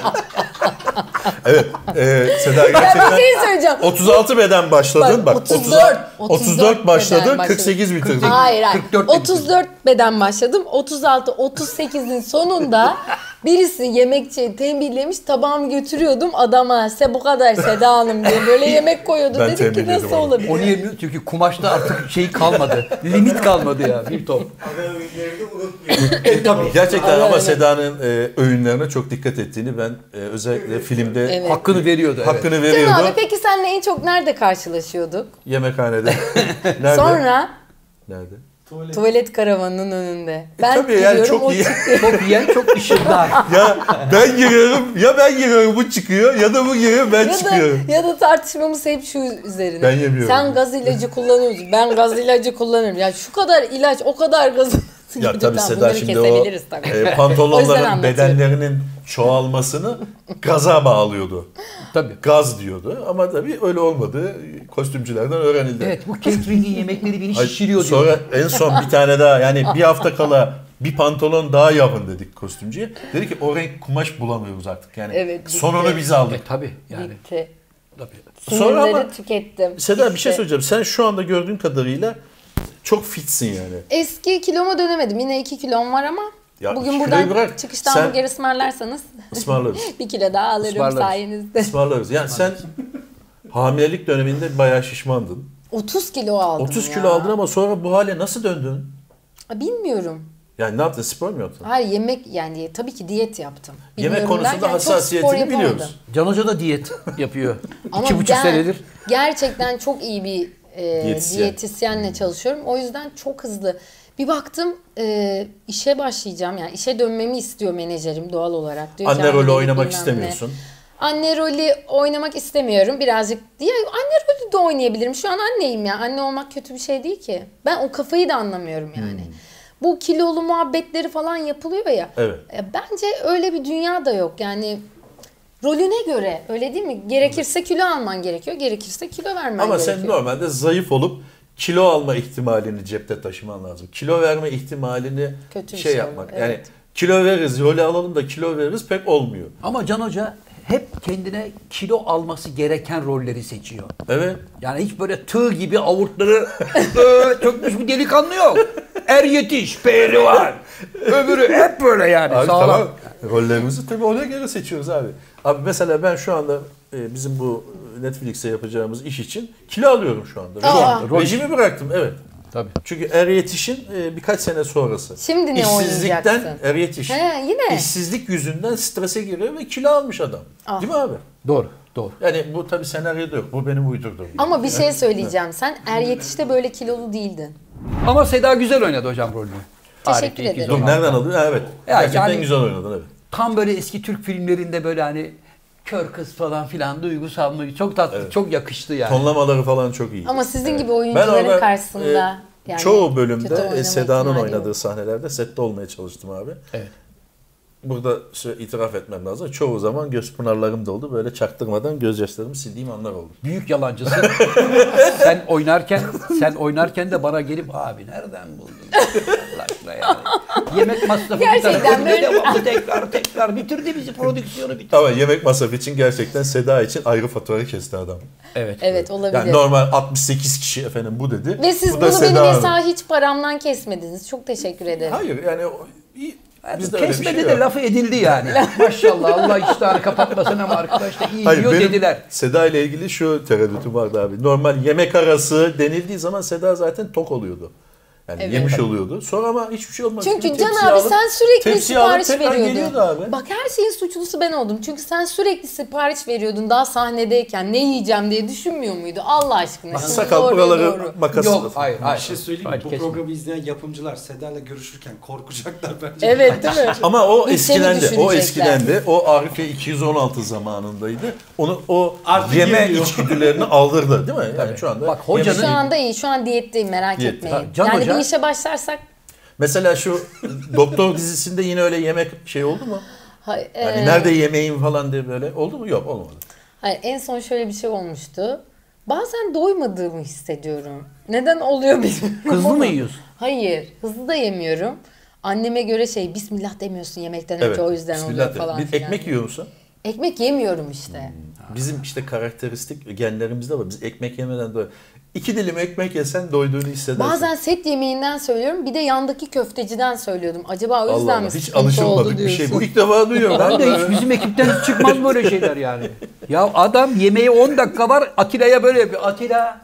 S3: evet e, Seda
S2: Ya bir
S3: gerçekten
S2: şey söyleyeceğim.
S3: otuz altı beden başladın.
S2: Bak,
S3: Bak,
S2: otuz
S3: otuz
S2: dört,
S3: otuz dört başladın,
S2: beden
S3: kırk sekiz bitirdin.
S2: Hayır hayır.
S1: kırk dört demiştim.
S2: otuz dört beden başladım. otuz altı otuz sekizin sonunda birisi yemekçi tembihlemiş, tabağımı götürüyordum adama se bu kadar Seda Hanım diye böyle yemek koyuyordu.
S3: Ben
S2: Dedim ki
S3: tembihledim
S2: nasıl
S3: onu.
S2: olabilir?
S1: onu yemiyor çünkü kumaşta artık şey kalmadı. Limit kalmadı ya bir top.
S4: Ana öğünlerini unutmayın.
S1: Tabii.
S3: Gerçekten
S2: Aynen
S3: ama
S2: öyle.
S3: Seda'nın e, öğünlerine çok dikkat ettiğini ben e, özellikle filmde
S2: Evet.
S1: Hakkını veriyordu. Evet.
S3: hakkını
S2: Can
S3: veriyordu.
S2: abi peki senle en çok nerede karşılaşıyorduk?
S3: Yemekhanede. Nerede?
S2: Sonra
S3: Nerede?
S4: Tuvalet.
S2: tuvalet karavanının önünde. Ben
S3: tabii yani
S2: giriyorum,
S3: çok
S2: o
S3: iyi.
S2: çıkıyor.
S1: Çok yiyen çok ışıldar.
S3: Ya ben giriyorum, ya ben giriyorum bu çıkıyor ya da bu giriyor ben
S2: Ya da,
S3: çıkıyorum.
S2: ya da tartışmamız hep şu üzerine.
S3: Ben yemiyorum.
S2: Sen gaz ilacı kullanıyorsun. Ben gaz ilacı kullanıyorum. Ya şu kadar ilaç, o kadar gaz
S3: Ya tabii
S2: Tamam,
S3: Seda
S2: bunları
S3: şimdi o
S2: kesebiliriz tabii.
S3: e,
S2: O yüzden
S3: pantolonların
S2: anlatıyorum.
S3: bedenlerinin çoğalmasını gaza bağlıyordu.
S1: Tabii.
S3: Gaz diyordu ama tabii öyle olmadı. Kostümcülerden öğrenildi.
S1: Evet bu catering'in yemekleri beni
S3: Ay,
S1: şişiriyor diyor.
S3: sonra en son bir tane daha yani bir hafta kala bir pantolon daha yapın dedik kostümcüye. Dedi ki o renk kumaş bulamıyoruz artık yani.
S2: Evet, bitti.
S3: Sonunu biz aldık.
S1: E tabii yani.
S2: Bitti.
S1: Tabii.
S3: Sonra
S2: Sinirleri
S3: ama
S2: tükettim.
S3: Seda bir
S2: Bitti.
S3: şey söyleyeceğim. Sen şu anda gördüğün kadarıyla çok fitsin yani.
S2: Eski kiloma dönemedim. Yine iki kilom var ama
S3: Ya
S2: bugün
S3: iki
S2: buradan
S3: kiloyu bırak.
S2: çıkışta
S3: Sen-
S2: hamburger ısmarlarsanız
S3: Ismarlarız.
S2: bir kilo daha alırım
S1: Ismarlarız.
S2: sayenizde.
S3: Ismarlarız. Yani sen hamilelik döneminde bayağı şişmandın.
S2: otuz kilo aldım
S3: otuz
S2: ya.
S3: kilo aldın ama sonra bu hale nasıl döndün?
S2: Bilmiyorum.
S3: Yani ne yaptın? Spor mu yaptın?
S2: Hayır yemek yani tabii ki diyet yaptım.
S3: Yemek
S2: Bilmiyorum
S3: konusunda
S2: derken çok spor
S3: hassasiyetini
S2: yapamadım.
S3: biliyoruz.
S1: Can Hoca da diyet yapıyor.
S2: Ama
S1: İki buçuk
S2: ben
S1: senedir.
S2: gerçekten çok iyi bir e,
S3: Diyetisyen.
S2: diyetisyenle çalışıyorum. O yüzden çok hızlı. Bir baktım e, işe başlayacağım. Yani işe dönmemi istiyor menajerim doğal olarak. Diyor ki,
S3: Anne rolü
S2: "Hamilelik
S3: oynamak
S2: bilmem ne."
S3: istemiyorsun.
S2: anne rolü oynamak istemiyorum birazcık diye. Anne rolü de oynayabilirim. Şu an anneyim ya. Anne olmak kötü bir şey değil ki. Ben o kafayı da anlamıyorum yani. Hmm. Bu kilolu muhabbetleri falan yapılıyor ya.
S3: Evet.
S2: Ya bence öyle bir dünya da yok. Yani rolüne göre öyle değil mi? Gerekirse kilo alman gerekiyor. Gerekirse kilo vermen
S3: Ama
S2: gerekiyor.
S3: sen normalde zayıf olup kilo alma ihtimalini cepte taşıman lazım. Kilo verme ihtimalini
S2: Kötü bir
S3: şey
S2: şey
S3: yapmak.
S2: olur,
S3: Yani
S2: evet.
S3: kilo veririz, rolü alalım da kilo veririz pek olmuyor.
S1: Ama Can Hoca hep kendine kilo alması gereken rolleri seçiyor.
S3: Evet.
S1: Yani hiç böyle tığ gibi avurtları e, tökmüş bir delikanlı yok. Er yetiş, pehlivan. Öbürü hep böyle yani.
S3: Abi
S1: sağlam.
S3: tamam. Rollerimizi tabii ona göre seçiyoruz abi. Abi mesela ben şu anda e, bizim bu Netflix'e yapacağımız iş için kilo alıyorum şu anda.
S2: Aa.
S3: Şu an rejimi bıraktım evet.
S1: Tabii.
S3: Çünkü er yetişin e, birkaç sene sonrası.
S2: Şimdi ne
S3: İşsizlikten
S2: oynayacaksın?
S3: er yetiş.
S2: He, yine.
S3: İşsizlik yüzünden strese giriyor ve kilo almış adam.
S2: Ah.
S3: Değil mi abi?
S1: Doğru, doğru.
S3: Yani bu tabii senaryoda yok. Bu benim uydurduğum.
S2: Ama bir şey söyleyeceğim. Sen er yetişte böyle kilolu değildin.
S1: Ama Seda güzel oynadı hocam rolünü.
S2: Teşekkür
S1: Arif'te
S2: ederim.
S1: ikiz
S3: Dur
S1: olan.
S3: nereden alıyor? Ha, evet.
S1: Ya
S3: Gerçekten
S1: yani-
S3: güzel oynadın evet.
S1: Tam böyle eski Türk filmlerinde böyle hani kör kız falan filan duygusal mı çok tatlı,
S3: Evet.
S1: çok yakıştı yani.
S3: Tonlamaları falan çok iyi.
S2: Ama sizin gibi
S3: Ben
S2: oyuncuların
S3: orada
S2: karşısında
S3: e,
S2: yani
S3: çoğu
S2: kötü
S3: bölümde
S2: oynama
S3: e, Seda'nın
S2: ihtimali
S3: oynadığı
S2: yok.
S3: sahnelerde sette olmaya çalıştım abi.
S1: Evet.
S3: Burada şöyle itiraf etmem lazım. Çoğu zaman göz pınarlarım da oldu. Böyle çaktırmadan gözyaşlarımı sildiğim anlar oldu.
S1: Büyük yalancısın. sen oynarken sen oynarken de bana gelip abi nereden buldun? Allah aşkına yani. Yemek masrafı
S2: Gerçekten
S1: böyle
S2: böyle-
S1: devamlı tekrar tekrar bitirdi bizi prodüksiyonu bitirdi.
S3: Ama yemek masrafı için gerçekten Seda için ayrı fatura kesti adam.
S1: Evet.
S2: Evet olabilir.
S3: Yani normal altmış sekiz kişi efendim bu dedi.
S2: Ve siz
S3: bu da
S2: bunu benim
S3: Seda Hanım.
S2: mesela hiç paramdan kesmediniz. Çok teşekkür ederim.
S3: Hayır yani o, iyi.
S1: Yani
S3: Bizde öyle bir
S1: kesmedi
S3: şey
S1: de
S3: yok.
S1: lafı edildi yani. Maşallah Allah iştahını kapatmasın ama arkadaş da iyi
S3: Hayır,
S1: diyor
S3: benim
S1: dediler.
S3: Seda ile ilgili şu tereddütüm vardı abi. Normal yemek arası denildiği zaman Seda zaten tok oluyordu. Yani
S2: Evet.
S3: yemiş oluyordu. Sonra ama hiçbir şey olmadı.
S2: Çünkü
S3: Bir
S2: Can
S3: tepsi
S2: abi
S3: alıp-
S2: sen sürekli
S3: tepsi alıp
S2: sipariş
S3: tekrar
S2: veriyordun.
S3: geliyordu abi.
S2: Bak her şeyin suçlusu ben oldum. Çünkü sen sürekli sipariş veriyordun daha sahnedeyken ne yiyeceğim diye düşünmüyor muydu? Allah aşkına. Şimdi
S3: Sakal
S2: doğruya
S3: buraları
S2: doğru.
S3: makas.
S1: Yok hayır
S4: Bir
S1: hayır.
S4: şey söyleyeyim mi?
S1: Hayır,
S4: Bu
S1: kesin.
S4: programı izleyen yapımcılar Seda'yla görüşürken korkacaklar bence.
S2: Evet değil mi?
S3: Ama o
S2: İçeri
S3: eskidendi. O
S2: düşünecekler.
S3: eskidendi. O Arife iki yüz on altı zamanındaydı. Onu o
S4: Artık
S3: yeme
S4: yemiyor.
S3: içgüdülerini aldırdı değil mi? Yani
S1: Tabii.
S3: şu anda
S1: Bak, hocanın-
S2: Şu anda iyi. Şu an diyetteyim merak
S3: Diyet.
S2: etmeyin.
S1: Ha, Can
S2: yani
S1: Hoca-
S2: bir işe başlarsak
S3: mesela şu Doktor dizisinde yine öyle yemek şey oldu mu?
S2: hay-
S3: Yani
S2: e,
S3: nerede yemeğim falan diye böyle oldu mu? Yok olmadı.
S2: hayır, en son şöyle bir şey olmuştu. Bazen doymadığımı hissediyorum. Neden oluyor bilmiyorum.
S1: Hızlı
S2: ama-
S1: mı yiyorsun?
S2: Hayır. Hızlı da yemiyorum. Anneme göre şey bismillah demiyorsun yemekten
S3: Evet.
S2: önce o yüzden
S3: Bismillah
S2: oluyor
S3: de.
S2: falan
S3: Bir
S2: filan.
S3: ekmek yiyor musun?
S2: Ekmek yemiyorum işte.
S3: Bizim işte karakteristik genlerimizde var. Biz ekmek yemeden doy. İki dilim ekmek yesen doyduğunu hissedersin.
S2: Bazen set yemeğinden söylüyorum. Bir de yandaki köfteciden söylüyordum. Acaba o
S3: Allah
S2: yüzden
S3: Allah.
S2: mi
S3: Hiç
S2: sıkıntı oldu
S3: alışılmadık bir
S2: diyorsun?
S3: şey. Bu ilk defa duyuyorum.
S1: Ben de hiç bizim ekipten hiç çıkmaz böyle şeyler yani. Ya adam yemeği on dakika var Atilla'ya böyle yapıyor. Atilla.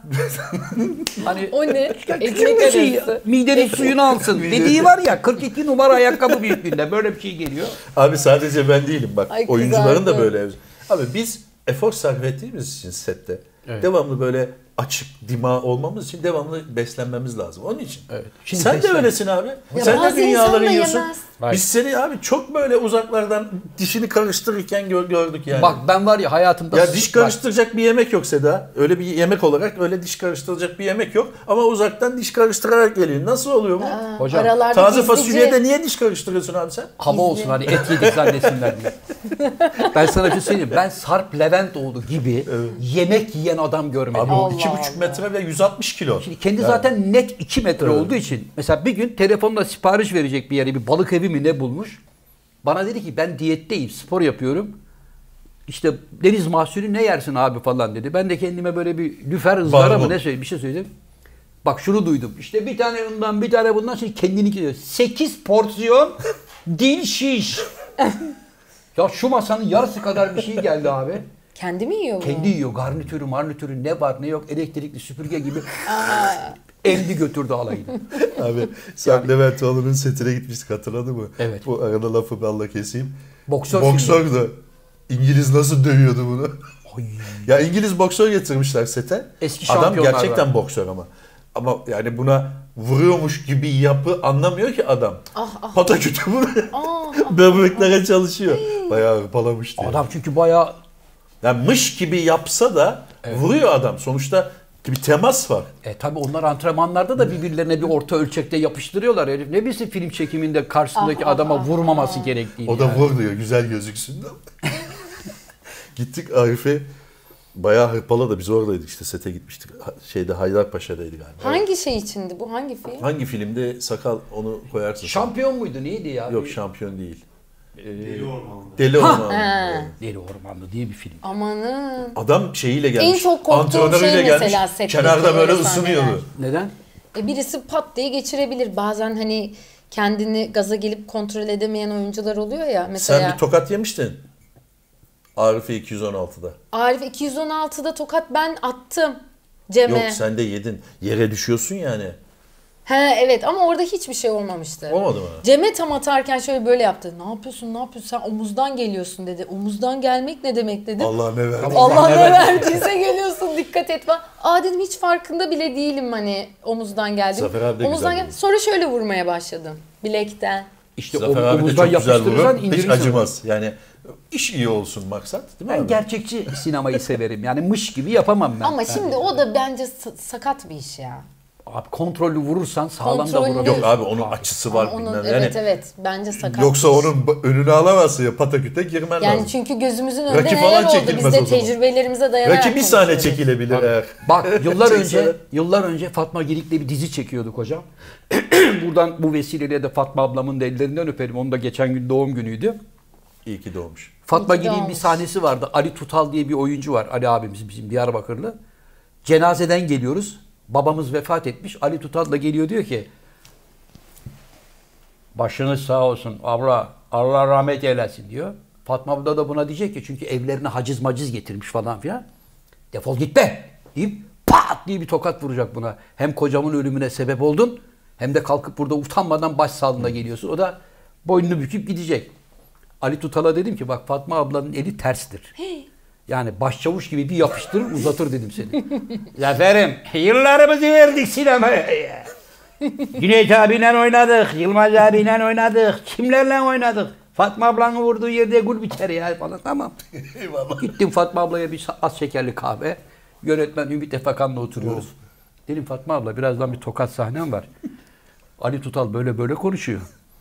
S1: Hani
S2: O ne?
S1: ekmek
S2: Ekmek
S1: bir şey,
S2: arası.
S1: midenin suyunu alsın. Dediği var ya kırk iki numara ayakkabı büyüklüğünde böyle bir şey geliyor.
S3: Abi sadece ben değilim bak.
S2: Ay,
S3: oyuncuların da
S2: kızardı.
S3: böyle. Abi biz efor sarf ettiğimiz için sette
S1: Evet.
S3: devamlı böyle açık dima olmamız için devamlı beslenmemiz lazım. Onun için.
S1: Evet. Şimdi
S3: Sen de
S1: beslen-
S3: öylesin abi.
S2: Ya
S3: Sen de
S2: bazı
S3: dünyaları
S2: insan da
S3: yiyorsun.
S2: yemez.
S1: Hayır.
S3: Biz seni abi çok böyle uzaklardan dişini karıştırırken gör- gördük yani.
S1: Bak ben var ya hayatımda...
S3: Ya diş karıştıracak bir yemek yok Seda. Öyle bir yemek olarak öyle diş karıştıracak bir yemek yok. Ama uzaktan diş karıştırarak geliyor. Nasıl oluyor bu?
S2: Aa,
S1: Hocam,
S2: aralarda
S3: Taze
S2: gizlice-
S3: fasulyede niye diş karıştırıyorsun abi sen?
S1: Hava olsun hani et yedik zannetsinler diye. Ben sana bir şey söyleyeyim. Ben Sarp Leventoğlu gibi yemek yiyen adam görmedim.
S3: Abi o
S2: Allah
S3: iki buçuk metre ve yüz altmış kilo.
S1: Şimdi kendi
S3: Yani.
S1: zaten net iki metre olduğu için. Mesela bir gün telefonla sipariş verecek bir yere bir balık evi mi ne bulmuş. Bana dedi ki ben diyetteyim, spor yapıyorum. İşte deniz mahsulü ne yersin abi falan dedi. Ben de kendime böyle bir lüfer ızgara
S3: Barbun.
S1: mı ne söyleyeyim bir şey söyledim. Bak şunu duydum. İşte bir tane bundan bir tane bundan şimdi kendini diyor. sekiz porsiyon dil şiş. Ya şu masanın yarısı kadar bir şey geldi abi.
S2: Kendi mi yiyor bunu?
S1: Kendi yiyor. Garnitürü, marnitürü ne var ne yok. Elektrikli süpürge gibi. Emdi götürdü alayını.
S3: Abi sen Leventoğlu'nun setine gitmiştik hatırladın mı?
S1: Evet.
S3: Bu arada lafı balla keseyim.
S1: Boksör
S3: Boksör da İngiliz nasıl dövüyordu bunu? Ya İngiliz boksör getirmişler sete.
S1: Eski
S3: Adam
S1: şampiyonlar
S3: gerçekten
S1: var.
S3: boksör ama. Ama yani buna vuruyormuş gibi yapı anlamıyor ki adam.
S2: Ah, ah.
S3: Patakütü vuruyor.
S2: Aa,
S3: Böbreklere çalışıyor. Bayağı hırpalamıştı. yani.
S1: Adam çünkü bayağı
S3: Yani mış gibi yapsa da vuruyor adam. Sonuçta bir temas var.
S1: E tabi onlar antrenmanlarda da birbirlerine bir orta ölçekte yapıştırıyorlar herif. Ne bilsin film çekiminde karşısındaki
S2: Ah,
S1: adama
S2: ah, ah,
S1: vurmaması
S2: ah.
S1: gerektiğini.
S3: O da
S1: yani.
S3: vur diyor güzel gözüksün de. Gittik Arif'e bayağı hırpaladı. Biz oradaydık işte sete gitmiştik. Ha- Şeyde Haydarpaşa'daydı galiba.
S2: Hangi şey içindi bu? Hangi film?
S3: Hangi filmde sakal onu koyarsın?
S1: Şampiyon muydu neydi ya?
S3: Yok
S1: Bir-
S3: şampiyon değil.
S4: Deli Orman'da.
S3: Deli Orman.
S2: He.
S1: Deli Ormanlı diye bir film.
S2: Amanın.
S3: Adam şeyiyle gelmiş.
S2: En çok korktuğum
S3: antrenörüyle
S2: şey
S3: gelmiş,
S2: mesela setteki
S3: kenarda böyle
S2: öyle
S3: ısınıyordu.
S2: sahneler.
S1: Neden?
S2: E birisi pat diye geçirebilir. Bazen hani kendini gaza gelip kontrol edemeyen oyuncular oluyor ya. Mesela
S3: Sen bir tokat yemiştin. Arif'e iki yüz on altıda.
S2: Arif iki yüz on altıda tokat ben attım Cem'e.
S3: Yok sen de yedin. Yere düşüyorsun yani.
S2: He evet ama orada hiçbir şey olmamıştı.
S3: Olmadı mı?
S2: Cem'e tam atarken şöyle böyle yaptı. Ne yapıyorsun ne yapıyorsun sen omuzdan geliyorsun dedi. Omuzdan gelmek ne demek dedim.
S3: Allah ne verdi.
S2: Allah ne verdiyse geliyorsun dikkat et falan. Aa dedim hiç farkında bile değilim hani omuzdan geldim.
S3: Zafer abi de
S2: omuzdan
S3: güzel
S2: geldim. Sonra şöyle vurmaya başladım. Bilekten.
S1: İşte
S3: Zafer
S1: o,
S3: abi de
S1: omuzdan
S3: çok güzel
S1: yapıştırırsan
S3: vurur. Hiç
S1: indirirsin.
S3: acımaz. Yani iş iyi olsun maksat. Değil mi
S1: Ben
S3: abi?
S1: gerçekçi sinemayı severim. Yani mış gibi yapamam ben.
S2: Ama
S1: Ben-
S2: şimdi o da bence sa- sakat bir iş ya.
S1: Abi kontrollü vurursan sağlam da
S2: Kontrollü-
S1: vurabilirsin.
S3: Yok abi onun açısı var.
S2: Ama onun,
S3: bilmem.
S2: evet
S3: yani,
S2: evet bence sakat.
S3: Yoksa
S2: bir iş.
S3: onun b- önünü alamazsın ya pataküte girmen
S2: yani
S3: lazım.
S2: çünkü gözümüzün önünde
S3: Rakip
S2: neler
S3: falan
S2: oldu
S3: çekilmez
S2: biz de
S3: o zaman.
S2: tecrübelerimize dayanarak
S3: Rakip bir sahne
S2: konuşuyoruz.
S3: çekilebilir eğer.
S1: Bak yıllar önce
S3: Çeksene.
S1: yıllar önce Fatma Girik'le bir dizi çekiyorduk hocam. Buradan bu vesileyle de Fatma ablamın da ellerinden öperim. Onun da geçen gün doğum günüydü.
S3: İyi ki doğmuş.
S1: Fatma
S2: İyi ki
S1: Girik'in bir
S2: doğmuş.
S1: sahnesi vardı. Ali Tutal diye bir oyuncu var. Ali abimiz bizim Diyarbakırlı. Cenazeden geliyoruz. Babamız vefat etmiş. Ali Tutal da geliyor diyor ki başınız sağ olsun abla Allah rahmet eylesin diyor. Fatma abla da buna diyecek ki çünkü evlerine haciz maciz getirmiş falan filan. Defol git be deyip pat diye bir tokat vuracak buna. Hem kocamın ölümüne sebep oldun hem de kalkıp burada utanmadan başsağlığına geliyorsun. O da boynunu büküp gidecek. Ali Tutal'a dedim ki bak Fatma ablanın eli terstir. Yani başçavuş gibi bir yapıştırır uzatır dedim seni. Zaferim yıllarımızı verdik sinemaya. Cüneyt abiyle oynadık, Yılmaz abiyle oynadık, kimlerle oynadık. Fatma ablanın vurduğu yerde gül biter ya falan tamam.
S3: Eyvallah.
S1: Gittim Fatma ablaya bir az şekerli kahve. Yönetmen Ümit Efekan'la oturuyoruz. Dedim Fatma abla birazdan bir tokat sahnem var. Ali Tutal böyle böyle konuşuyor.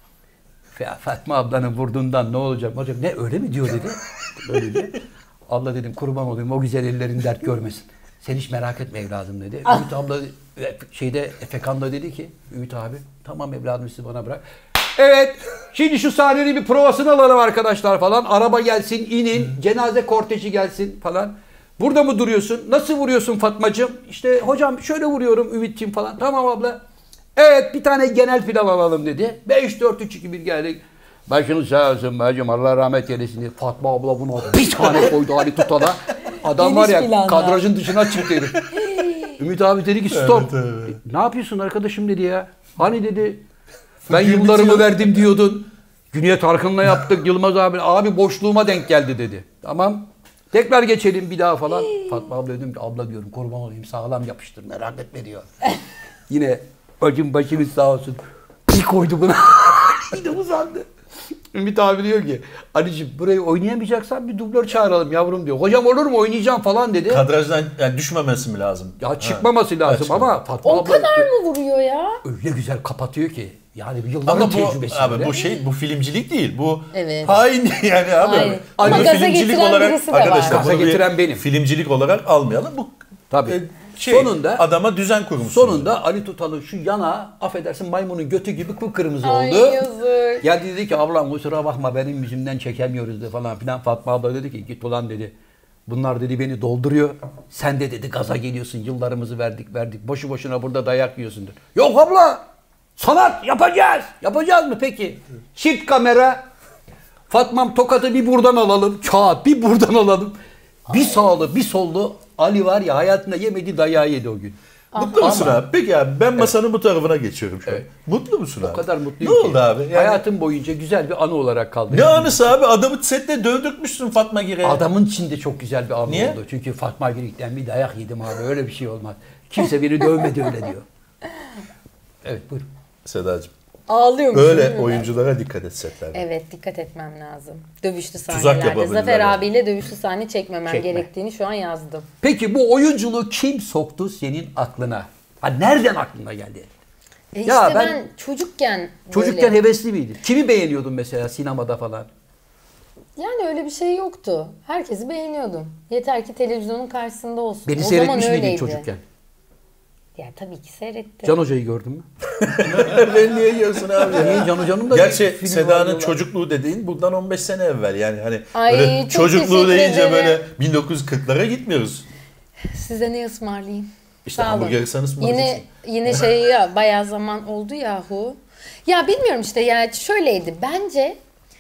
S1: Ya Fatma ablanın vurduğundan ne olacak? Hocam ne öyle mi diyor dedi. Öyle diyor. Abla dedim kurban olayım o güzel ellerin dert görmesin. Sen hiç merak etme evladım dedi. Ümit abla şeyde Efekan da dedi ki Ümit abi tamam evladım sizi bana bırak. Evet şimdi şu sahnenin bir provasını alalım arkadaşlar falan. Araba gelsin inin cenaze korteji gelsin falan. Burada mı duruyorsun? Nasıl vuruyorsun Fatmacığım? İşte hocam şöyle vuruyorum Ümit'ciğim falan. Tamam abla. Evet bir tane genel plan alalım dedi. beş dört üç iki bir geldik. Başınız sağ olsun bacım Allah rahmet eylesin dedi. Fatma abla buna bir tane koydu Ali Tutal'a. Adam
S2: Geniş
S1: var ya
S2: planda.
S1: kadrajın dışına çıktı herif. Ümit abi dedi ki stop.
S3: Evet, evet.
S1: Ne yapıyorsun arkadaşım dedi ya. Hani dedi ben
S3: Film
S1: yıllarımı
S3: bitiyor.
S1: verdim diyordun. Cüneyt Arkın'la yaptık Yılmaz abi. Abi boşluğuma denk geldi dedi. Tamam. Tekrar geçelim bir daha falan. Fatma abla dedim ki abla diyorum kurban olayım sağlam yapıştır merak etme diyor. Yine bacım başınız sağ olsun. Bir koydu buna. Yine uzandı. Ümit abi diyor ki Ali'ciğim burayı oynayamayacaksan bir dublör çağıralım yavrum diyor. Hocam olur mu oynayacağım falan dedi.
S3: Kadrajdan yani düşmemesi mi lazım?
S1: Ya çıkmaması lazım
S3: çıkmaması.
S1: ama Fatma
S2: O
S1: abla
S2: kadar mı vuruyor ya?
S1: öyle güzel kapatıyor ki. Yani bir yılların
S3: Ama bu
S1: tecrübesi.
S3: abi
S1: bile.
S3: bu şey bu filmcilik değil. Bu
S2: Evet.
S3: hain yani abi.
S2: Hain. Ama
S3: Bunu
S2: gaza
S3: filmcilik
S2: getiren
S3: olarak
S2: birisi de var.
S3: arkadaşlar
S1: Gaza
S3: bunu bir
S1: getiren benim.
S3: Filmcilik olarak almayalım. Bu
S1: Tabii.
S3: e, şey,
S1: Sonunda-
S3: adama düzen kurmuşsunuz.
S1: Sonunda Ali Tutal'ın şu yana affedersin maymunun götü gibi kıpkırmızı
S2: Ay
S1: oldu.
S2: yazık.
S1: Geldi dedi ki ablam kusura bakma benim yüzümden çekemiyoruz de falan filan. Fatma abla dedi ki git ulan dedi. Bunlar dedi beni dolduruyor. Sen de dedi gaza geliyorsun. Yıllarımızı verdik verdik. Boşu boşuna burada dayak yiyorsun dedi. Yok abla. Sanat yapacağız. Yapacağız mı peki? Çift kamera. Fatmam tokatı bir buradan alalım. Kağıt bir buradan alalım. Bir sağlı bir sollu. Ali var ya hayatında yemediği dayağı yedi o gün.
S3: Mutlu musun abi? Peki abi ben masanın bu tarafına geçiyorum şu an.
S1: Evet.
S3: Mutlu musun abi?
S1: O kadar mutluyum
S3: Ne
S1: ki.
S3: oldu abi? Yani
S1: Hayatım boyunca güzel bir anı olarak kaldı.
S3: ne anısı abi? Adamı sette dövdürtmüşsün Fatma Girik'e.
S1: Adamın içinde çok güzel bir anı
S3: Niye?
S1: oldu. Çünkü Fatma Girik'ten bir dayak yedim abi. Öyle bir şey olmaz. Kimse beni dövmedi öyle diyor. Evet buyurun.
S3: Sedacığım.
S2: Ağlıyormuşum.
S3: Böyle
S2: değil mi?
S3: oyunculara dikkat et setlerde.
S2: Evet, dikkat etmem lazım. Dövüşlü
S3: Tuzak
S2: sahnelerde.
S3: yapabilirler
S2: Zafer
S3: yani.
S2: abiyle dövüşlü sahne çekmemem
S1: Çekme.
S2: gerektiğini şu an yazdım.
S1: Peki bu oyunculuğu kim soktu senin aklına? Ha, nereden aklına geldi?
S2: E
S1: Ya
S2: işte ben,
S1: ben
S2: çocukken
S1: Çocukken
S2: böyle...
S1: hevesli miydin? Kimi beğeniyordun mesela sinemada falan?
S2: Yani öyle bir şey yoktu. Herkesi beğeniyordum. Yeter ki televizyonun karşısında olsun.
S1: Beni
S2: o zaman
S1: seyretmiş miydin
S2: öyleydi.
S1: çocukken?
S2: Ya tabii ki seyrettim.
S1: Can Hoca'yı gördün mü?
S3: Ben niye yiyorsun abi ya?
S1: Niye Can Hoca'nın da
S3: Gerçi
S1: bir filmi var
S3: Seda'nın
S1: diyorlar.
S3: çocukluğu dediğin bundan on beş sene evvel. Yani hani
S2: Ay,
S3: böyle
S2: çok
S3: çocukluğu
S2: teşekkür
S3: deyince
S2: ederim.
S3: böyle bin dokuz yüz kırklara gitmiyoruz.
S2: Size ne ısmarlayayım?
S3: İşte
S2: Sağ olun.
S3: hamburgeri sen ısmarlayacaksın.
S2: Yine yine şey ya bayağı zaman oldu yahu. Ya bilmiyorum işte ya şöyleydi. Bence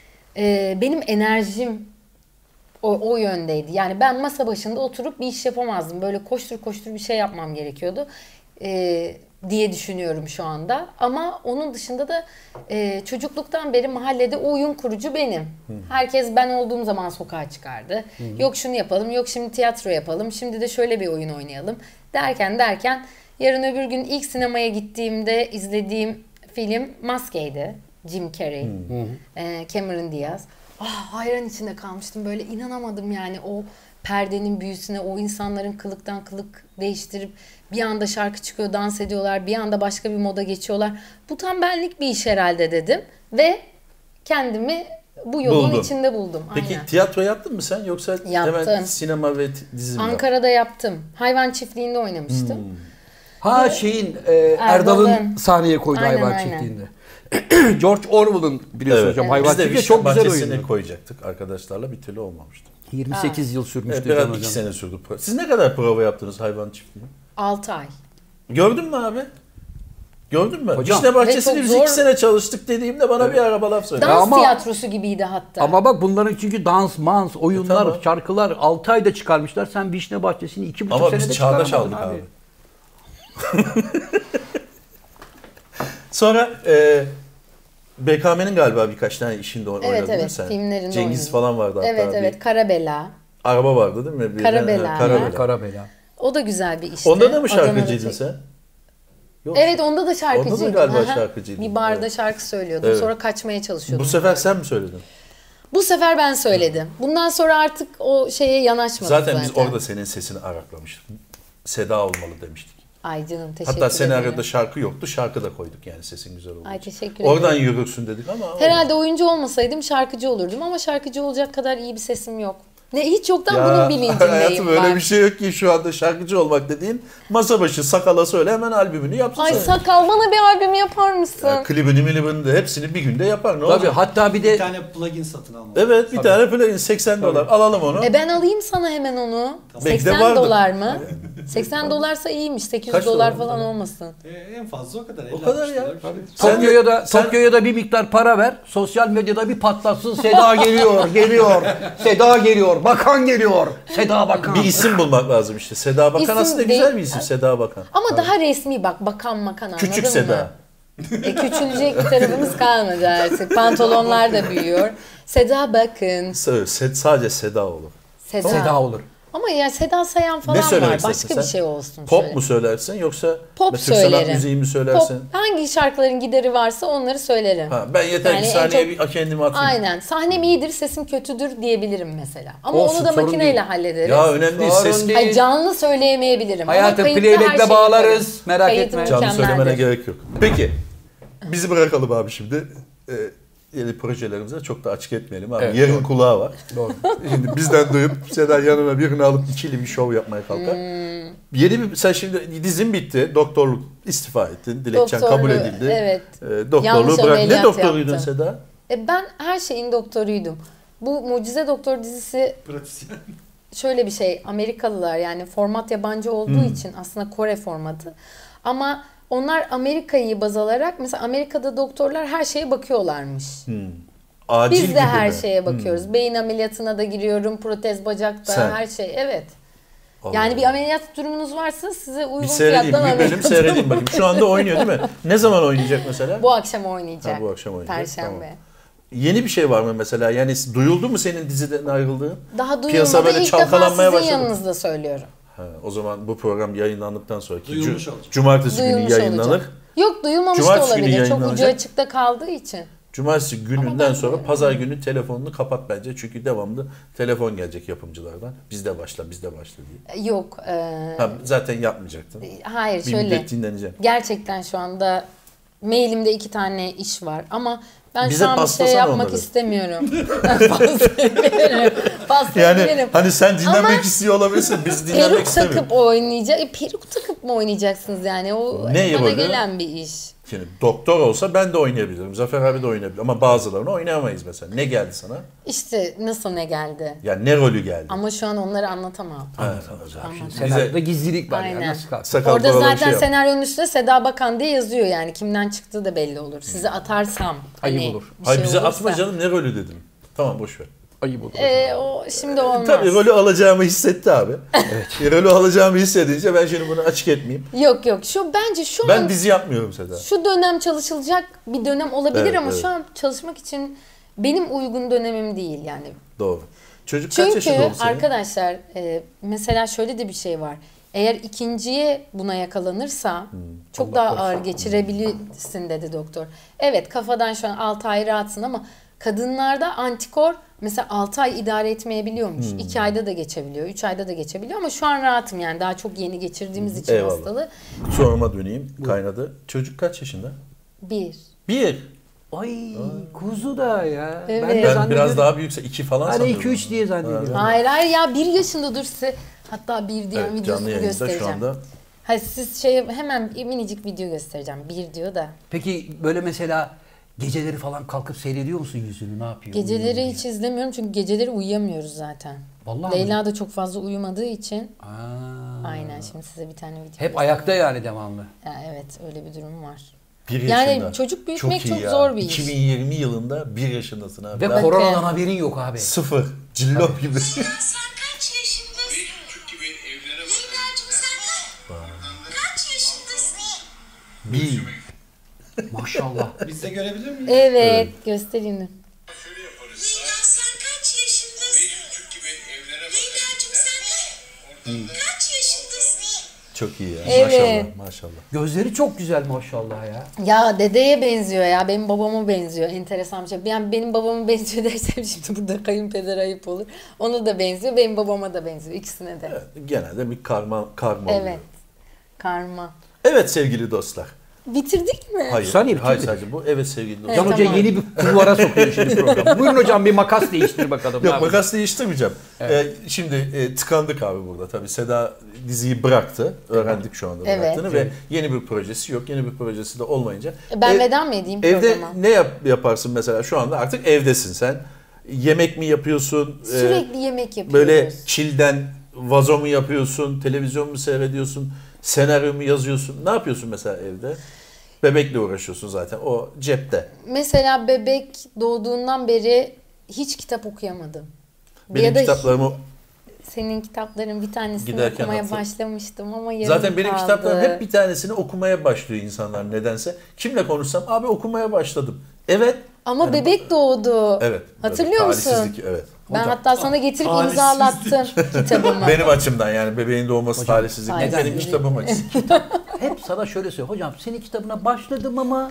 S2: e, benim enerjim o, o yöndeydi. Yani ben masa başında oturup bir iş yapamazdım. Böyle koştur koştur bir şey yapmam gerekiyordu. E, diye düşünüyorum şu anda. Ama onun dışında da e, çocukluktan beri mahallede oyun kurucu benim. Herkes ben olduğum zaman sokağa çıkardı. Yok şunu yapalım, yok şimdi tiyatro yapalım, şimdi de şöyle bir oyun oynayalım. Derken derken yarın öbür gün ilk sinemaya gittiğimde izlediğim film Maske'ydi. Jim Carrey, e, Cameron Diaz. Ah, hayran içinde kalmıştım. Böyle inanamadım yani o perdenin büyüsüne, o insanların kılıktan kılık değiştirip bir anda şarkı çıkıyor, dans ediyorlar, bir anda başka bir moda geçiyorlar. Bu tam benlik bir iş herhalde dedim ve kendimi bu yolun
S3: Buldun.
S2: içinde buldum.
S3: Peki
S2: Aynen.
S3: tiyatro yaptın mı sen yoksa
S2: Yaptım.
S3: hemen sinema ve t- dizi mi yaptın?
S2: Ankara'da yaptım. Hayvan çiftliğinde oynamıştım.
S1: Ha şeyin e, Erdal'ın
S2: Erdal'ın.
S1: sahneye koyduğu
S2: Aynen,
S1: hayvan
S2: aynen.
S1: çiftliğinde. George Orwell'ın biliyorsunuz
S3: Evet.
S1: hocam hayvan
S3: Biz de
S1: çiftliği
S3: Vişne
S1: çok güzel
S3: Bahçesi'ne
S1: oyundu.
S3: koyacaktık arkadaşlarla, bir türlü olmamıştı.
S1: yirmi sekiz yıl sürmüştü
S3: Evet,
S1: Can
S3: biraz iki
S1: hocam.
S3: sene sürdü. Siz ne kadar prova yaptınız hayvan çiftliği?
S2: altı ay.
S3: Gördün mü abi? Gördün mü?
S1: Hocam.
S3: Vişne Bahçesi'nde
S2: Ve çok
S3: biz
S2: zor-
S3: iki sene çalıştık dediğimde bana bir araba laf söyledi.
S2: Dans
S1: ama-
S2: tiyatrosu gibiydi hatta.
S1: Ama bak bunların çünkü dans, mans, oyunlar,
S3: E, tamam.
S1: şarkılar altı ayda çıkarmışlar. Sen Vişne Bahçesi'ni iki buçuk
S3: Ama
S1: senede
S3: biz çağdaş
S1: çıkaramadın
S3: aldık abi. Sonra e, B K M'nin galiba birkaç tane işinde oynadın
S2: Evet,
S3: değil mi
S2: evet,
S3: sen?
S2: filmlerinde
S3: Cengiz
S2: oynadım.
S3: falan vardı hatta.
S2: Evet
S3: bir
S2: evet, Karabela.
S3: Araba vardı değil mi? Bir-
S2: Karabela.
S3: Ha, Karabela.
S1: Karabela.
S2: O da güzel bir işti.
S3: Onda da mı
S2: Adana'da
S3: şarkıcıydın
S2: çek-
S3: sen? Yok.
S2: Evet, onda da şarkıcıydım.
S3: Onda da galiba
S2: Aha.
S3: şarkıcıydın.
S2: Bir barda
S3: Evet.
S2: şarkı söylüyordum.
S3: Evet.
S2: Sonra kaçmaya çalışıyordum.
S3: Bu sefer sen mi söyledin?
S2: Bu sefer ben söyledim. Bundan sonra artık o şeye yanaşmadım zaten.
S3: Zaten biz orada senin sesini araklamıştık. Seda olmalı demiştik.
S2: Ay canım, teşekkür
S3: Hatta
S2: ederim.
S3: senaryoda şarkı yoktu. Şarkı da koyduk yani sesin güzel oldu.
S2: Ay teşekkür
S3: Oradan
S2: ederim.
S3: yürürsün dedik ama
S2: Herhalde oyuncu olmasaydım şarkıcı olurdum ama şarkıcı olacak kadar iyi bir sesim yok. Ne hiç yoktan bunun bilincindeyim.
S3: hayatım öyle
S2: ben.
S3: bir şey yok ki şu anda şarkıcı olmak dediğin masa başı sakala söyle hemen albümünü yapsın
S2: Ay
S3: sana.
S2: sakal, bana bir albüm yapar mısın?
S3: Ya, klibini milibini de hepsini bir günde yapar ne
S1: Tabii
S3: olacak?
S1: hatta bir
S4: Bir
S1: de
S4: tane plugin satın almak.
S3: Evet bir tane plugin seksen dolar alalım onu.
S2: E ben alayım sana hemen onu.
S3: Belki de
S2: seksen
S3: vardır.
S2: dolar mı? seksen dolarsa iyiymiş. sekiz yüz
S3: Kaç
S2: dolar
S3: dolar?
S2: falan olmasın.
S4: E, en fazla o kadar.
S3: O kadar ya. Sen-
S1: Tokyo'ya da
S3: sen-
S1: Tokyo'ya da bir miktar para ver. Sosyal medyada bir patlatsın. Seda geliyor, geliyor. Seda geliyor, bakan geliyor. Seda Bakan.
S3: Bir isim bulmak lazım işte. Seda Bakan
S2: İsim
S3: aslında
S2: değil-
S3: güzel bir isim Seda Bakan.
S2: Ama daha resmi bak, bakan makan, anladın
S3: Küçük
S2: mı?
S3: Seda.
S2: E, küçülecek bir tarafımız kalmadı artık. Pantolonlar da büyüyor. Seda Bakın.
S3: S- Se- sadece Seda olur.
S2: Seda.
S1: Seda olur.
S2: Ama ya Seda Sayan falan
S3: Ne söylemek
S2: var.
S3: istersin
S2: Başka
S3: sen?
S2: bir şey olsun.
S3: Pop
S2: şöyle.
S3: mu söylersin yoksa
S2: Pop
S3: Türk sanat
S2: söylerim.
S3: müziği mi
S2: Pop,
S3: söylersin?
S2: hangi şarkıların gideri varsa onları söylerim.
S3: Ha, ben yeter
S2: Yani
S3: ki
S2: en
S3: sahneye
S2: çok-
S3: bir kendimi atayım.
S2: Aynen. Sahnem iyidir, sesim kötüdür diyebilirim mesela. Ama
S1: Olsun,
S2: onu da
S1: sorun
S2: makineyle
S1: değil.
S2: hallederiz.
S3: Ya önemli değil.
S1: Sorun
S3: Ses
S1: değil.
S2: Ay, canlı söyleyemeyebilirim.
S1: Hayatım,
S2: Ama kayıtta
S1: playback'le
S2: her şeyi
S1: bağlarız.
S2: yaparım.
S1: Merak
S2: Kayıtım
S1: etme.
S3: Canlı
S2: mükemmeldir.
S3: söylemene gerek yok. Peki. Bizi bırakalım abi şimdi. Ee, yeni projelerimize çok da açık etmeyelim abi.
S1: Evet,
S3: Yarın
S1: doğru.
S3: kulağı var.
S1: Doğru.
S3: Şimdi bizden duyup Seda yanına birini alıp ikili bir şov yapmaya kalkar.
S2: Hmm.
S3: Yeni bir, sen şimdi dizin bitti. Doktorluk istifa ettin. Dilekçen
S2: Doktorluğu,
S3: kabul edildi.
S2: evet.
S3: Ee,
S2: Yanlış
S3: doktorluğu bırak. Ne
S2: ameliyat
S3: doktoruydun
S2: yaptım.
S3: Seda?
S2: E ben her şeyin doktoruydum. Bu Mucize Doktor dizisi
S4: Pratisyen.
S2: şöyle bir şey. Amerikalılar, yani format yabancı olduğu
S3: Hmm.
S2: için aslında Kore formatı. Ama onlar Amerika'yı baz alarak, mesela Amerika'da doktorlar her şeye bakıyorlarmış.
S3: Hmm. Acil
S2: Biz de
S3: gibi
S2: her
S3: mi?
S2: şeye bakıyoruz. Beyin ameliyatına da giriyorum, protez bacakta,
S3: Sen.
S2: her şey. Evet.
S3: Allah
S2: Yani
S3: Allah.
S2: bir ameliyat durumunuz varsa size uygun
S3: Bir seyredeyim,
S2: fiyattan
S3: bir bölüm
S2: ameliyat
S3: seyredeyim bakayım. Şu anda oynuyor değil mi? Ne zaman oynayacak mesela?
S2: Bu akşam oynayacak.
S3: Ha, bu akşam oynayacak,
S2: Perşembe.
S3: tamam. Yeni bir şey var mı mesela? Yani duyuldu mu senin diziden ayrıldığın?
S2: Daha
S3: Piyasa
S2: duyulmadı.
S3: böyle
S2: İlk defa
S3: çalkalanmaya
S2: sizin
S3: başladı.
S2: yanınızda söylüyorum.
S3: Ha, o zaman bu program yayınlandıktan sonraki
S4: Duyulmuş
S3: cu-
S4: olacak.
S3: cumartesi günü
S2: Duyulmuş
S3: yayınlanır.
S2: olacak. Yok, duyulmamış
S3: Cumartesi
S2: da
S3: günü
S2: olabilir. Çok ucu
S3: yayınlanacak.
S2: açıkta kaldığı için.
S3: Cumartesi
S2: Ama
S3: gününden
S2: ben-
S3: sonra pazar günü telefonunu kapat bence. Çünkü devamlı telefon gelecek yapımcılardan. Bizde başla, bizde başla diye.
S2: Yok. E,
S3: Ha, zaten yapmayacaktın.
S2: hayır
S3: Bir
S2: şöyle.
S3: müddet dinleneceğim.
S2: Gerçekten şu anda mailimde iki tane iş var ama ben
S3: Bize
S2: şu an bir şey
S3: paslasana
S2: yapmak
S3: onları.
S2: istemiyorum. Paslayabilirim. Paslayabilirim.
S3: Yani hani sen dinlenmek
S2: Ama
S3: istiyor olabilirsin. Biz dinlenmek
S2: peruk
S3: istemiyoruz.
S2: takıp oynayacak. E, peruk takıp mı oynayacaksınız yani? O
S3: Ne
S2: bana
S3: rolü?
S2: gelen bir iş.
S3: Şimdi doktor olsa ben de oynayabilirim. Zafer abi de oynayabilir. Ama bazılarını oynayamayız mesela. Ne geldi sana?
S2: İşte nasıl ne geldi?
S3: Yani ne rolü geldi?
S2: Ama şu an onları anlatamam.
S1: Şimdi
S3: Bize-
S1: senaryoda gizlilik var
S2: Aynen.
S1: ya. Nasıl kalk?
S3: Sakal
S2: Orada
S3: buraları
S2: zaten
S3: şey yap.
S2: senaryonun üstünde Seda Bakan diye yazıyor yani. Kimden çıktığı da belli olur. Sizi atarsam.
S1: Ayıp
S2: hani
S1: olur.
S2: bir
S3: Hayır
S2: şey
S3: bize
S2: olursa-
S3: atma canım, ne rolü dedim. Tamam boş ver.
S1: Ayıp olur.
S2: Ee, o şimdi olmaz.
S3: Tabii rolü alacağımı hissetti abi. Evet. Rolü alacağımı hissedince ben şimdi bunu açık etmeyeyim.
S2: Yok yok. Şu bence şu
S3: Ben
S2: an
S3: dizi yapmıyorum Seda.
S2: şu dönem çalışılacak bir dönem olabilir
S3: Evet,
S2: ama
S3: evet.
S2: şu an çalışmak için benim uygun dönemim değil yani.
S3: Doğru. Çocuk kaç yaşında
S2: Çünkü
S3: oldu senin?
S2: arkadaşlar e, mesela şöyle de bir şey var. Eğer ikinciye buna yakalanırsa
S3: Hmm.
S2: çok daha ağır geçirebilirsin dedi doktor. Evet, kafadan şu an altı ay rahatsın ama kadınlarda antikor mesela altı ay idare etmeyebiliyormuş.
S3: Hmm.
S2: iki ayda da geçebiliyor, üç ayda da geçebiliyor ama şu an rahatım yani daha çok yeni geçirdiğimiz için
S3: Eyvallah.
S2: hastalığı.
S3: Soruma döneyim. Kaynadı. Çocuk kaç yaşında?
S2: Bir.
S3: Bir.
S1: Ay kuzu da ya.
S2: Evet.
S1: de
S3: Ben biraz
S1: zannediyorum-
S3: daha büyükse iki falan
S1: Hani
S3: sanıyorum.
S1: iki üç diye zannediyorum.
S2: Hayır hayır ya bir yaşında dur size hatta bir diyen
S3: Evet, canlı
S2: videosunu
S3: yayında
S2: göstereceğim.
S3: şu anda.
S2: Hayır siz şey hemen bir minicik video göstereceğim. Bir diyor da.
S1: Peki böyle mesela geceleri falan kalkıp seyrediyor musun yüzünü? Ne yapıyor?
S2: Geceleri
S1: Uyuyor mu
S2: hiç izlemiyorum çünkü geceleri uyuyamıyoruz zaten.
S1: Vallahi mi?
S2: Leyla da çok fazla uyumadığı için.
S1: diye? Aa.
S2: Aynen şimdi size bir tane video
S1: Hep
S2: göstereyim.
S1: ayakta yani devamlı.
S2: Ya evet öyle bir durum var.
S3: Bir
S2: Yani
S3: yaşında.
S2: çocuk büyütmek
S3: iyi
S2: çok
S3: ya.
S2: zor bir iş.
S3: iki bin yirmi yılında bir yaşındasın abi.
S1: Ve
S3: Daha
S1: koronadan haberin yok abi.
S3: sıfır. Cillop gibi.
S5: Sen kaç yaşındasın? Beş buçuk gibi evlere Leyla'cığım sen kaç yaşındasın?
S3: Bir.
S1: Maşallah.
S4: Biz de görebilir miyiz?
S2: Evet, göstereyim.
S5: Leyla sen kaç yaşındasın? Beş buçuk gibi evlere Leyla'cığım sen kaç yaşındasın?
S3: Çok iyi ya.
S2: Evet.
S3: Maşallah. Maşallah.
S1: Gözleri çok güzel maşallah ya.
S2: Ya dedeye benziyor ya. Benim babama benziyor. Enteresan bir şey. Yani benim babama benziyor dersem şimdi burada kayınpeder ayıp olur. Ona da benziyor. Benim babama da benziyor. İkisine de.
S3: Evet, genelde bir karma karma
S2: Evet.
S3: oluyor.
S2: Karma.
S3: Evet sevgili dostlar.
S2: Bitirdik mi?
S3: Hayır.
S1: Saniye,
S3: hayır
S1: bitirdik.
S3: sadece bu. Evet sevgili dostlar.
S2: Evet,
S1: Can Hoca
S2: tamam.
S1: yeni bir kulvara sokuyor şimdi programı. Buyurun hocam bir makas değiştir bakalım.
S3: Yok
S1: Abi.
S3: makas değiştirmeyeceğim. Ee, şimdi e, tıkandık abi burada. Tabii Seda diziyi bıraktı. Öğrendik şu anda
S2: Evet.
S3: bıraktığını ve yeni bir projesi yok. Yeni bir projesi de olmayınca.
S2: Ben
S3: Ev-
S2: veda mı edeyim
S3: Evde
S2: programa?
S3: ne yap, yaparsın mesela şu anda artık evdesin sen. Yemek mi yapıyorsun? Ee,
S2: Sürekli yemek yapıyoruz.
S3: Böyle çilden vazo mu yapıyorsun? Televizyon mu seyrediyorsun? Senaryo mu yazıyorsun? Ne yapıyorsun mesela evde? Bebekle uğraşıyorsun zaten. O cepte.
S2: Mesela bebek doğduğundan beri hiç kitap okuyamadım.
S3: Benim
S2: Ya da
S3: kitaplarımı
S2: senin kitapların bir tanesini
S3: Giderken
S2: okumaya
S3: hatır-
S2: başlamıştım ama yarım
S3: zaten benim
S2: kaldı.
S3: kitaplarım hep bir tanesini okumaya başlıyor insanlar nedense. Kimle konuşsam abi okumaya başladım. Evet.
S2: Ama
S3: Yani-
S2: bebek doğdu.
S3: Evet.
S2: Hatırlıyor
S3: evet,
S2: musun?
S3: talihsizlik, evet.
S2: Ben hatta sana getirip
S3: talihsizlik.
S2: imzalattım kitabımı.
S3: Benim açımdan yani bebeğin doğması talihsizlik. değil, Benim
S2: talihsizlik.
S3: kitabım açısından.
S1: Hep sana şöyle söylüyor. Hocam senin kitabına başladım ama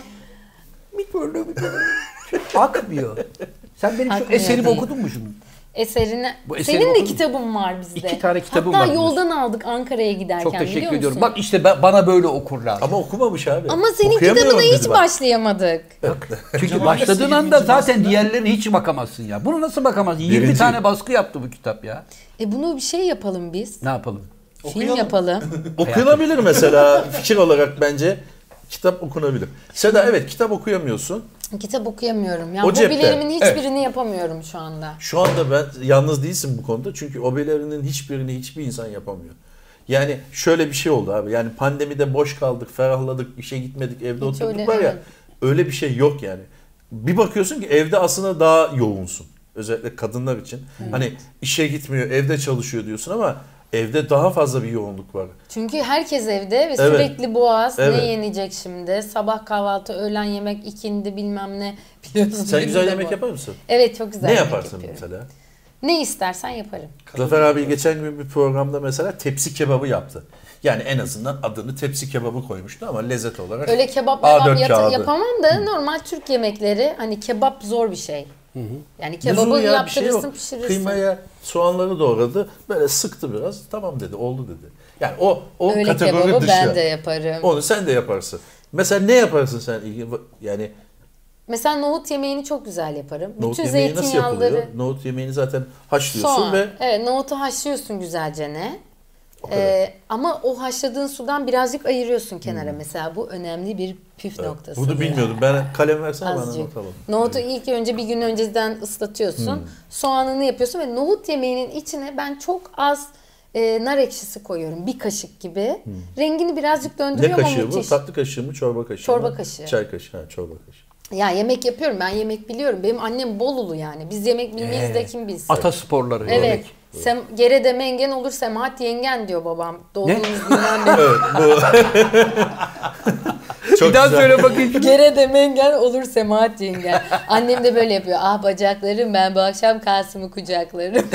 S1: bir türlü bir türlü akmıyor. Sen benim şu
S2: Akmıyor
S1: eserimi
S2: değil.
S1: okudun mu şunu?
S2: Eserini.
S1: Bu eseri
S2: Senin de
S1: okudun mu?
S2: kitabın var bizde.
S1: İki tane kitabım
S2: Hatta
S1: var
S2: yoldan aldık Ankara'ya giderken
S1: Çok
S2: biliyor
S1: teşekkür
S2: musun?
S1: ediyorum. Bak işte ben, bana böyle okurlar.
S3: Ama okumamış abi.
S2: Ama senin
S3: Okuyamıyorum
S2: kitabına
S3: dedi
S2: hiç
S3: bak.
S2: başlayamadık.
S1: Çünkü başladığın anda zaten diğerlerine hiç bakamazsın ya. Bunu nasıl bakamazsın? yirmi
S3: Birinci.
S1: tane baskı yaptı bu kitap ya.
S2: E bunu bir şey yapalım biz.
S1: Ne yapalım?
S2: Film
S3: Okuyalım.
S2: yapalım.
S3: Okunabilir mesela fikir olarak bence kitap okunabilir. Seda evet kitap okuyamıyorsun.
S2: Kitap okuyamıyorum. Yani
S3: O cepte.
S2: hobilerimin
S3: Evet.
S2: hiçbirini yapamıyorum şu anda.
S3: Şu anda ben yalnız değilsin bu konuda çünkü hobilerinin hiçbirini hiçbir insan yapamıyor. Yani şöyle bir şey oldu abi. Yani pandemide boş kaldık, ferahladık, işe gitmedik, evde
S2: Hiç
S3: oturduk
S2: öyle,
S3: var ya.
S2: evet.
S3: Öyle bir şey yok yani. Bir bakıyorsun ki evde aslında daha yoğunsun. Özellikle kadınlar için. Hani işe gitmiyor, evde çalışıyor diyorsun ama evde daha fazla bir yoğunluk var.
S2: Çünkü herkes evde ve
S3: Evet.
S2: sürekli boğaz.
S3: Evet.
S2: Ne yenecek şimdi? Sabah kahvaltı, öğlen yemek, ikindi bilmem ne. Biliyorsun.
S3: Sen
S2: benim
S3: güzel
S2: de
S3: yemek
S2: bu.
S3: yapar mısın?
S2: Evet çok güzel
S3: Ne
S2: yemek
S3: yaparsın
S2: yapıyorum.
S3: mesela?
S2: Ne istersen yaparım.
S3: Zafer abi geçen gün bir programda mesela tepsi kebabı yaptı. Yani en azından adını tepsi kebabı koymuştu ama lezzet olarak
S2: Öyle kebap
S3: A
S2: mebap
S3: dört
S2: yata-
S3: kağıdı.
S2: yapamam da normal Türk yemekleri hani kebap zor bir şey. Yani kebabı
S3: Lüzum ya, bir şey
S2: yaptırırsın
S3: yok.
S2: pişirirsin.
S3: Kıymaya soğanları doğradı. Böyle sıktı biraz. Tamam dedi. Oldu dedi. Yani o o
S2: Öyle
S3: kategori
S2: kebabı
S3: dışı.
S2: ben de yaparım.
S3: Onu sen de yaparsın. Mesela ne yaparsın sen? Yani
S2: Mesela nohut yemeğini çok güzel yaparım.
S3: nohut
S2: Bütün
S3: yemeği nasıl yapılıyor?
S2: zeytinyağları,
S3: Nohut yemeğini zaten haşlıyorsun
S2: soğan.
S3: ve
S2: Evet, nohutu haşlıyorsun güzelce ne.
S3: o kadar.
S2: Ee, ama o haşladığın sudan birazcık ayırıyorsun kenara mesela. Bu önemli bir püf noktası.
S3: Bunu bilmiyordum. Ben kalem versene bana
S2: Azıcık.
S3: notalım.
S2: Nohutu ilk önce bir gün önceden ıslatıyorsun. Soğanını yapıyorsun ve nohut yemeğinin içine ben çok az e, nar ekşisi koyuyorum. Bir kaşık gibi. Rengini birazcık
S3: Ne
S2: döndürüyor ama
S3: kaşığı bu?
S2: müthiş.
S3: Tatlı kaşığı mı? Çorba kaşığı
S2: Çorba
S3: mı?
S2: kaşığı.
S3: Çay kaşığı. Ha, çorba kaşığı.
S2: Ya yemek yapıyorum. Ben yemek biliyorum. Benim annem Bolulu yani. Biz yemek bilmeyiz de kim bilsin.
S1: Atasporları.
S2: Evet.
S1: yemek.
S2: Sem Gerede mengen olur Semahat yengen diyor babam. Doğduğumuz günden beri.
S3: Evet bu. Çok
S1: Bir daha
S3: güzel.
S1: söyle bakayım.
S2: Gerede mengen olur Semahat yengen. Annem de böyle yapıyor. Ah bacaklarım ben bu akşam Kasım'ı kucaklarım.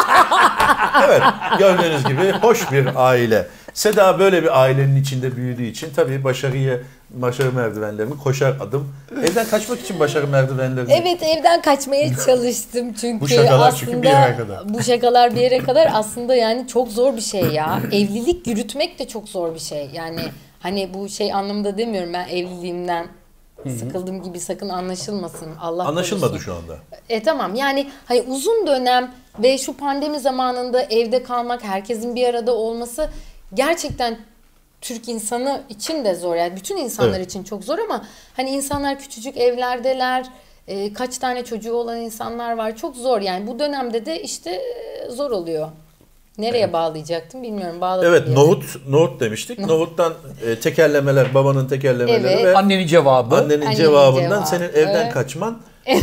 S3: Evet, gördüğünüz gibi hoş bir aile. Seda böyle bir ailenin içinde büyüdüğü için tabii başarıya, başarı merdivenlerini koşar adım. Evden kaçmak için başarı merdivenlerini.
S2: Evet evden kaçmaya çalıştım çünkü
S3: Bu şakalar
S2: aslında
S3: çünkü bir yere kadar.
S2: bu şakalar bir yere kadar aslında yani çok zor bir şey ya. Evlilik yürütmek de çok zor bir şey. Yani hani bu şey anlamında demiyorum ben evliliğimden sıkıldım gibi sakın anlaşılmasın. Allah
S3: Anlaşılmadı
S2: korusun.
S3: şu anda.
S2: E tamam yani hani uzun dönem ve şu pandemi zamanında evde kalmak, herkesin bir arada olması gerçekten Türk insanı için de zor. Yani bütün insanlar
S3: Evet.
S2: için çok zor ama hani insanlar küçücük evlerdeler. e, kaç tane çocuğu olan insanlar var. Çok zor yani bu dönemde de işte e, zor oluyor. Nereye bağlayacaktım bilmiyorum. Bağladım
S3: Evet,
S2: bir yere.
S3: nohut nohut demiştik. Nohuttan e, tekerlemeler, babanın tekerlemeleri
S2: Evet.
S3: ve
S1: Annenin cevabı.
S3: annenin,
S2: Annenin
S3: cevabından
S2: cevabı.
S3: senin evden
S2: Evet.
S3: kaçman.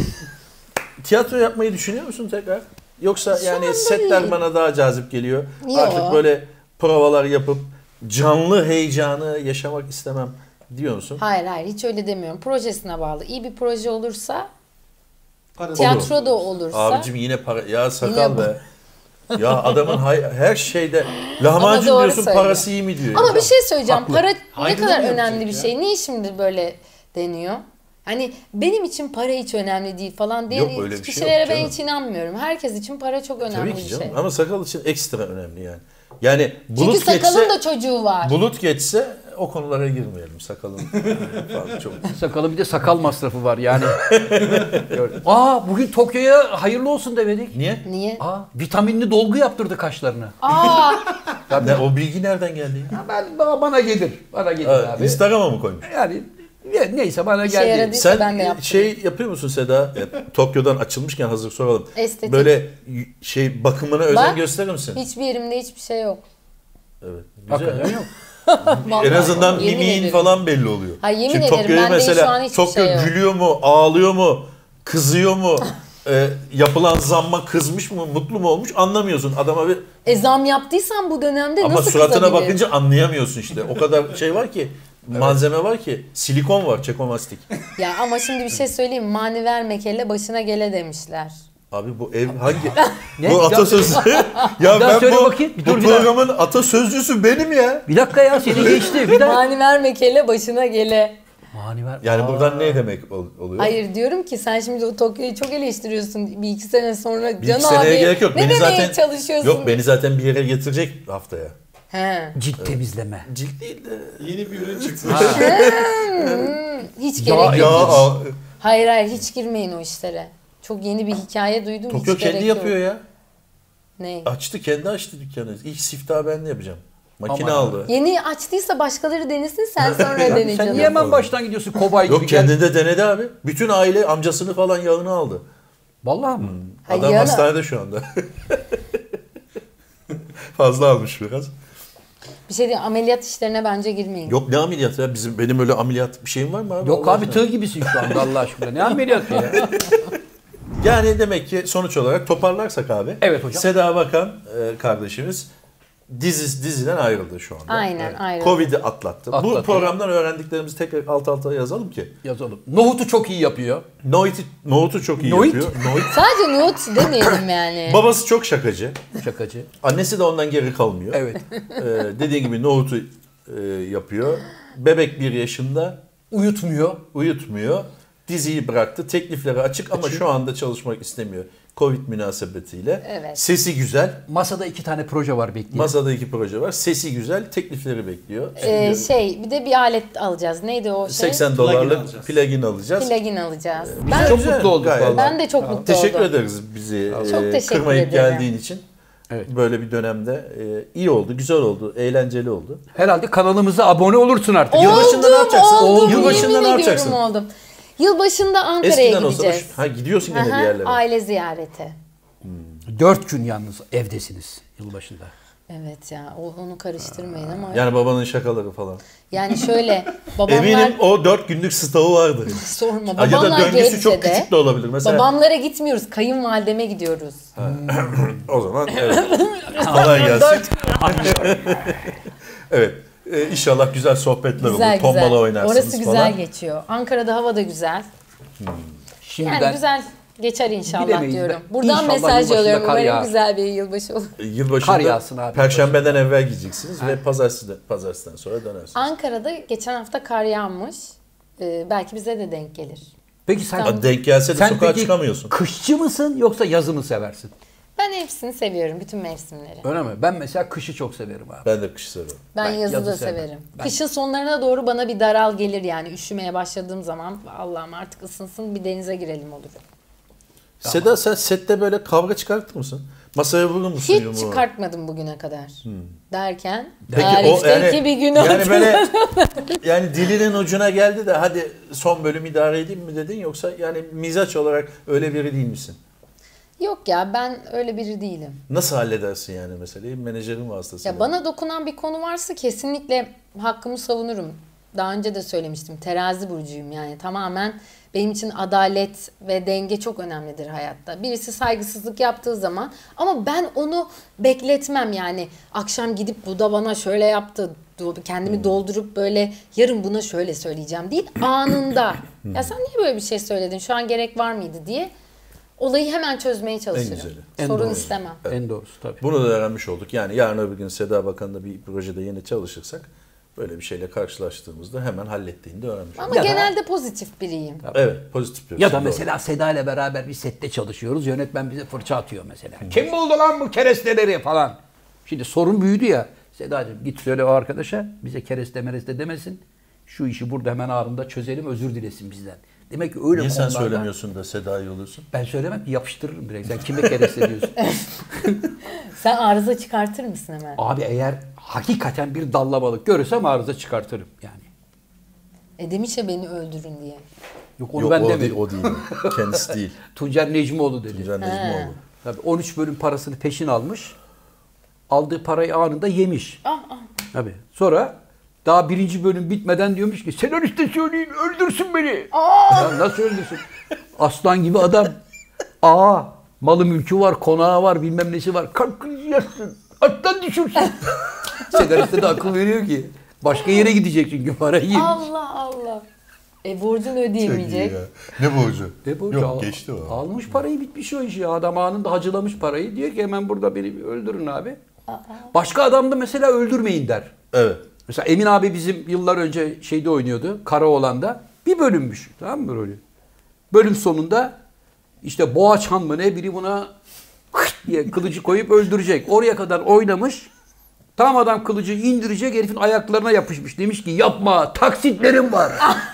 S3: Tiyatro yapmayı düşünüyor musun tekrar? Yoksa
S2: Şu
S3: yani
S2: anda
S3: setler
S2: değil.
S3: bana daha cazip geliyor.
S2: Yok.
S3: Artık böyle provalar yapıp canlı heyecanı yaşamak istemem diyor musun?
S2: Hayır hayır hiç öyle demiyorum. Projesine bağlı. İyi bir proje olursa,
S4: Para-
S2: tiyatro da olursa.
S3: Abicim yine para ya sakal
S2: Yine bu-
S3: be. Ya adamın hay- her şeyde
S2: Ama
S3: lahmacun
S2: doğru
S3: diyorsun
S2: söylüyor.
S3: parası iyi mi diyor.
S2: Ama
S3: ya.
S2: bir şey söyleyeceğim.
S1: Haklı.
S2: Para ne
S4: Haygını
S2: kadar
S4: mı
S2: önemli
S4: yapacak
S2: bir
S4: ya?
S2: şey. Niye şimdi böyle deniyor? Hani benim için para hiç önemli değil falan diye
S3: Yok, öyle bir şey
S2: kişilere
S3: yok
S2: ben
S3: canım.
S2: hiç inanmıyorum. Herkes için para çok önemli
S3: Tabii ki
S2: bir
S3: canım
S2: şey.
S3: ama sakal için ekstra önemli yani. Yani
S2: Çünkü
S3: bulut
S2: sakalın
S3: geçse
S2: da çocuğu var.
S3: bulut geçse o konulara girmeyelim sakalın falan çok.
S1: Sakalı bir de sakal masrafı var yani. Gördüm. Aa bugün Tokyo'ya hayırlı olsun demedik.
S3: Niye?
S2: Niye?
S1: Aa vitaminli dolgu yaptırdı kaşlarına.
S2: Aa,
S3: Ne, o bilgi nereden geldi? ya?
S1: Ya ben bana bana gelir. Bana gelir
S3: Ha,
S1: abi.
S3: Instagram'a mı koymuş?
S1: Yani ne- neyse bana
S2: İşe
S1: geldi.
S2: yaradı.
S3: Sen
S2: ben de
S3: e,
S2: yaptım.
S3: şey yapıyor musun Seda? E, Tokyo'dan açılmışken hazır soralım.
S2: Estetik.
S3: Böyle y- şey bakımına özen
S2: Bak,
S3: gösterir misin?
S2: hiçbir yerimde hiçbir şey yok.
S3: Evet. Güzel.
S1: Hakikaten yok.
S2: Vallahi.
S3: En azından
S2: Yemin
S3: mimiğin
S2: ederim.
S3: falan belli oluyor.
S2: Ha, yemin
S3: Şimdi
S2: ederim,
S3: Tokyo'yu
S2: bende şu
S3: mesela
S2: an hiçbir
S3: Tokyo
S2: şey yok.
S3: gülüyor mu, ağlıyor mu, kızıyor mu, e, yapılan zamma kızmış mı, mutlu mu olmuş anlamıyorsun. Adama bir
S2: E zam yaptıysan bu dönemde
S3: ama
S2: nasıl
S3: suratına
S2: kızabilirim?
S3: bakınca anlayamıyorsun işte. O kadar şey var ki, malzeme var ki, silikon var, çekomastik.
S2: Ya ama şimdi bir şey söyleyeyim. Mani verme kelle başına gele demişler.
S3: Abi bu ev hangi?
S1: Ne?
S3: Bu atasözü. ya
S1: Bir daha
S3: ben
S1: söyle
S3: bu,
S1: bakayım. Bir
S3: bu
S1: dur bir daha.
S3: programın atasözcüsü benim ya.
S1: Bir dakika ya seni geçti. Bir daha.
S2: Mani verme kelle başına gele.
S1: Mani ver.
S3: Yani
S1: Aa.
S3: buradan ne demek ol- oluyor?
S2: Hayır diyorum ki sen şimdi o Tokyo'yu çok eleştiriyorsun. Bir iki sene sonra
S3: Bir
S2: Can
S3: iki seneye
S2: abi
S3: gerek yok.
S2: ne
S3: Beni
S2: demeye
S3: zaten
S2: çalışıyorsun?
S3: Yok beni zaten bir yere getirecek haftaya.
S2: He.
S1: Cilt temizleme.
S3: Cilt değil de.
S4: Yeni bir ürün çıktı.
S2: Hiç
S1: Ya-
S2: gerek
S3: Ya
S2: yok.
S3: a-
S2: Hayır hayır hiç girmeyin o işlere. Çok yeni bir hikaye duydum.
S3: Tokyo
S2: hiç gerek
S3: kendi
S2: yok.
S3: yapıyor ya.
S2: Ne?
S3: Açtı kendi açtı dükkanı. İlk siftahı ben de yapacağım. Makine
S1: Aman.
S3: aldı.
S2: Yeni açtıysa başkaları denesin sen sonra dene
S1: Sen
S2: canım.
S1: niye hemen baştan gidiyorsun kobay gibi?
S3: Yok
S1: Gel.
S3: kendi de denedi abi. Bütün aile amcasını falan yağını aldı.
S1: Vallahi mı?
S2: Ha,
S3: Adam
S2: yağını-
S3: hastanede şu anda. Fazla almış biraz.
S2: Bir şey diyeyim ameliyat işlerine bence girmeyin.
S3: Yok ne ameliyatı ya? Bizim benim öyle ameliyat bir şeyim var mı abi?
S1: Yok
S3: Allah
S1: abi
S3: aşkına?
S1: tığ gibisin şu anda Allah aşkına. Ne ameliyatı ya?
S3: Yani demek ki sonuç olarak toparlarsak abi.
S1: Evet hocam.
S3: Seda Bakan e, kardeşimiz dizi, diziden ayrıldı şu anda.
S2: Aynen ayrıldı.
S3: Covid'i atlattı.
S1: Atlattı.
S3: Bu programdan öğrendiklerimizi tekrar alt alta yazalım ki.
S1: Yazalım. Nohut'u çok iyi yapıyor.
S3: Nohut'u, Nohut'u çok iyi
S1: Nohut?
S3: yapıyor. Nohut.
S2: Sadece nohut demeyelim yani.
S3: Babası çok şakacı.
S1: Şakacı.
S3: Annesi de ondan geri kalmıyor.
S1: Evet.
S3: Ee, dediğin gibi Nohut'u e, yapıyor. Bebek bir yaşında,
S1: Uyutmuyor.
S3: uyutmuyor. Diziyi bıraktı. Teklifleri açık ama şu anda çalışmak istemiyor. Covid münasebetiyle.
S2: Evet.
S3: Sesi güzel.
S1: Masada iki tane proje var bekliyor.
S3: Masada iki proje var. Sesi güzel. Teklifleri bekliyor.
S2: Ee, şey bir de bir alet alacağız. Neydi o şey?
S3: seksen
S4: Plugin
S3: dolarlık
S4: alacağız.
S3: plugin alacağız.
S2: Plugin alacağız.
S3: Biz
S2: Ben,
S3: de
S1: çok
S3: güzel,
S1: mutlu olduk
S3: gayet.
S1: vallahi.
S2: ben de çok mutlu
S3: Teşekkür
S2: oldum.
S3: ederiz bizi
S2: Çok
S3: e,
S2: teşekkür
S3: kırmayıp
S2: ederim.
S3: geldiğin için.
S1: Evet.
S3: Böyle bir dönemde e, iyi oldu, güzel oldu, eğlenceli oldu.
S1: Herhalde kanalımıza abone olursun artık.
S2: Oldum,
S3: Yılbaşında ne yapacaksın?
S2: Oldum,
S3: Yılbaşında
S2: yemin
S3: ne yapacaksın?
S2: ediyorum Oldum. Yılbaşında Ankara'ya
S3: Eskiden olsa da
S2: gideceğiz.
S3: şu- ha gidiyorsun gene
S2: Aha,
S3: bir yerlere.
S2: aile ziyareti.
S1: Dört gün yalnız evdesiniz yılbaşında.
S2: Evet ya o- onu karıştırmayın ama yani,
S3: Yani babanın şakaları falan.
S2: şöyle babamlar
S3: Eminim o dört günlük stoğu vardı.
S2: sorma
S3: Ya da
S2: babamlar
S3: döngüsü çok
S2: Gebze'de.
S3: küçük de olabilir. Mesela
S2: Babamlara gitmiyoruz. Kayınvalideme gidiyoruz.
S3: o zaman evet. Kolay gelsin. Evet. E, inşallah güzel sohbetler
S2: Güzel
S3: olur. Tombala
S2: güzel.
S3: oynarsınız
S2: Orası güzel
S3: falan.
S2: geçiyor. Ankara'da hava da güzel.
S1: Şimdiden
S2: Yani güzel geçer inşallah
S1: Bilemeyiz
S2: diyorum.
S1: be.
S2: Buradan
S1: İnşallah
S2: mesaj
S1: yılbaşında
S2: yolluyorum.
S1: kar
S2: Umarım
S1: yağar.
S2: güzel bir yılbaşı olur.
S3: E, Yılbaşında
S1: Kar yağsın abi.
S3: Perşembeden evvel gideceksiniz ve pazartesi de, pazartesiden sonra dönersiniz.
S2: Ankara'da geçen hafta kar yağmış. Ee, belki bize de denk gelir.
S1: Peki sen
S3: Ha, denk gelse de
S1: sen
S3: sokağa
S1: peki
S3: çıkamıyorsun.
S1: kışçı mısın yoksa yazı mı seversin?
S2: Ben hepsini seviyorum. Bütün mevsimleri.
S1: Öyle mi? Ben mesela kışı çok severim abi.
S3: Ben de kış seviyorum.
S2: Ben,
S1: Ben
S2: yazı
S1: yazı
S2: da
S1: sevmem.
S2: severim.
S1: Ben-
S2: Kışın sonlarına doğru bana bir daral gelir yani. Üşümeye başladığım zaman Allah'ım artık ısınsın bir denize girelim olur.
S3: Seda sen sette böyle kavga çıkartır mısın? Masaya vurur musun
S2: Hiç
S3: yumruğu?
S2: çıkartmadım bugüne kadar. Derken
S3: Peki
S2: tarihteki bir gün
S3: yani
S2: hatırladım.
S3: böyle yani dilinin ucuna geldi de hadi son bölüm idare edeyim mi dedin yoksa yani mizaç olarak öyle biri değil misin?
S2: Yok ya ben öyle biri değilim.
S3: Nasıl halledersin yani meseleyi menajerin vasıtasıyla?
S2: Ya bana dokunan bir konu varsa kesinlikle hakkımı savunurum. Daha önce de söylemiştim. Terazi burcuyum yani. Tamamen benim için adalet ve denge çok önemlidir hayatta. Birisi saygısızlık yaptığı zaman ama ben onu bekletmem yani. Akşam gidip bu da bana şöyle yaptı. Kendimi doldurup böyle yarın buna şöyle söyleyeceğim değil. Anında. Ya sen niye böyle bir şey söyledin? Şu an gerek var mıydı diye. Olayı hemen çözmeye çalışırım.
S3: güzeli.
S1: En
S2: Sorun
S1: doğrusu.
S2: istemem.
S1: En doğrusu tabii.
S3: Bunu da öğrenmiş olduk. Yani yarın öbür gün Seda Bakan'la bir projede yeni çalışırsak böyle bir şeyle karşılaştığımızda hemen hallettiğini de öğrenmiş olduk.
S2: Ama
S1: Ya da-
S2: genelde pozitif biriyim.
S3: Evet pozitif bir
S1: Ya da
S3: şey, doğru.
S1: mesela Seda ile beraber bir sette çalışıyoruz. Yönetmen bize fırça atıyor mesela. Kim buldu lan bu keresteleri falan. Şimdi sorun büyüdü ya. Sedacığım git söyle o arkadaşa bize kereste mereste demesin. Şu işi burada hemen anında çözelim özür dilesin bizden. Demek ki öyle
S3: Niye sen
S1: konularda-
S3: söylemiyorsun da Seda'yı oluyorsun?
S1: Ben söylemem ki yapıştırırım direkt. Sen kime kereste diyorsun?
S2: Sen arıza çıkartır mısın hemen?
S1: Abi eğer hakikaten bir dallamalık görürsem arıza çıkartırım yani.
S2: E demiş ya beni öldürün diye.
S1: Yok onu
S3: Yok
S1: ben
S3: o
S1: demedim.
S3: değil, o değil. Kendisi değil.
S1: Tuncer Necmoğlu dedi.
S3: Tuncay Necmoğlu.
S1: Tabii on üç bölüm parasını peşin almış. Aldığı parayı anında yemiş.
S2: Ah ah.
S1: Tabii. Sonra daha birinci bölüm bitmeden diyormuş ki senariste söyleyin öldürsün beni. Ya nasıl öldürsün? Aslan gibi adam. Aa malı mülkü var, konağı var, bilmem nesi var. Kalp krizi yapsın. Attan düşürsün. Senariste de akıl veriyor ki. Başka yere gidecek çünkü parayı yemiş.
S2: Allah Allah. E borcunu
S3: Çok iyi
S2: ödeyemeyecek.
S3: ya. Ne borcu?
S1: Ne borcu?
S3: Yok
S1: Al-
S3: geçti o.
S1: Almış parayı bitmiş o iş ya. Adam anında hacılamış parayı. Diyor ki hemen burada beni bir öldürün abi. Başka adam da mesela öldürmeyin der.
S3: Evet.
S1: Mesela Emin abi bizim yıllar önce şeyde oynuyordu. Karaoğlan'da. Bir bölümmüş. Tamam mı rolü? Bölüm sonunda işte Boğaçhan mı ne biri buna diye kılıcı koyup öldürecek. Oraya kadar oynamış. Tam adam kılıcı indirecek herifin ayaklarına yapışmış. Demiş ki yapma taksitlerim var.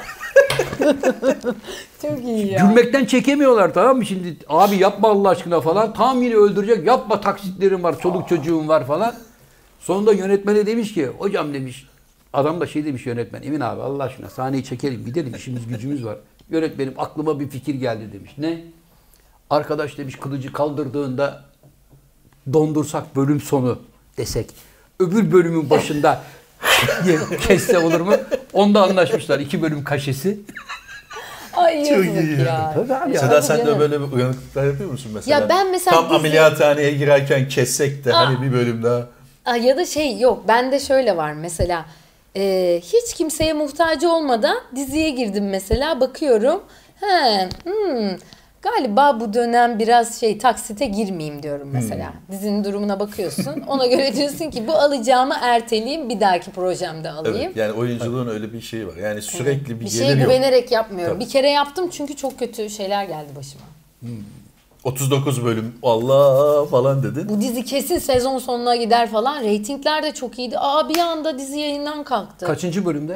S2: Çok iyi ya.
S1: Gülmekten çekemiyorlar tamam mı? Şimdi abi yapma Allah aşkına falan. Tam yine öldürecek. Yapma taksitlerim var. Çoluk çocuğum var falan. Sonunda yönetmene demiş ki hocam demiş. Adam da şey demiş yönetmen. Emin abi Allah aşkına sahneyi çekelim. Gidelim işimiz gücümüz var. Yönetmenim aklıma bir fikir geldi demiş. Ne? Arkadaş demiş kılıcı kaldırdığında dondursak bölüm sonu desek. Öbür bölümün başında diye kesse olur mu? Onda anlaşmışlar. İki bölüm kaşesi.
S2: Ay
S3: Çok
S2: yazık
S3: iyi
S2: ya.
S1: ya. Tabii abi ya.
S3: Seda
S2: Tabii
S3: sen de
S2: canım.
S3: böyle bir uyanıklıklar yapıyor musun mesela?
S2: Ya ben mesela
S3: Tam
S2: dizi-
S3: ameliyathaneye girerken kessek de
S2: Aa.
S3: hani bir bölüm daha.
S2: Ah, ya da şey yok, bende şöyle var mesela, e, hiç kimseye muhtaç olmadan diziye girdim mesela, bakıyorum, he, hmm, galiba bu dönem biraz şey taksite girmeyeyim diyorum mesela. Hmm. Dizinin durumuna bakıyorsun, ona göre diyorsun ki bu alacağımı erteleyeyim, bir dahaki projemde alayım.
S3: Evet, yani oyunculuğun öyle bir şeyi var. Yani sürekli evet. bir,
S2: bir
S3: gelir
S2: şeye
S3: yok.
S2: güvenerek yapmıyorum.
S3: Tabii.
S2: Bir kere yaptım çünkü çok kötü şeyler geldi başıma.
S3: Hmm. otuz dokuz bölüm Allah falan dedin.
S2: Bu dizi kesin sezon sonuna gider falan. Reytingler de çok iyiydi. Aa, bir anda dizi yayından kalktı.
S1: Kaçıncı bölümde?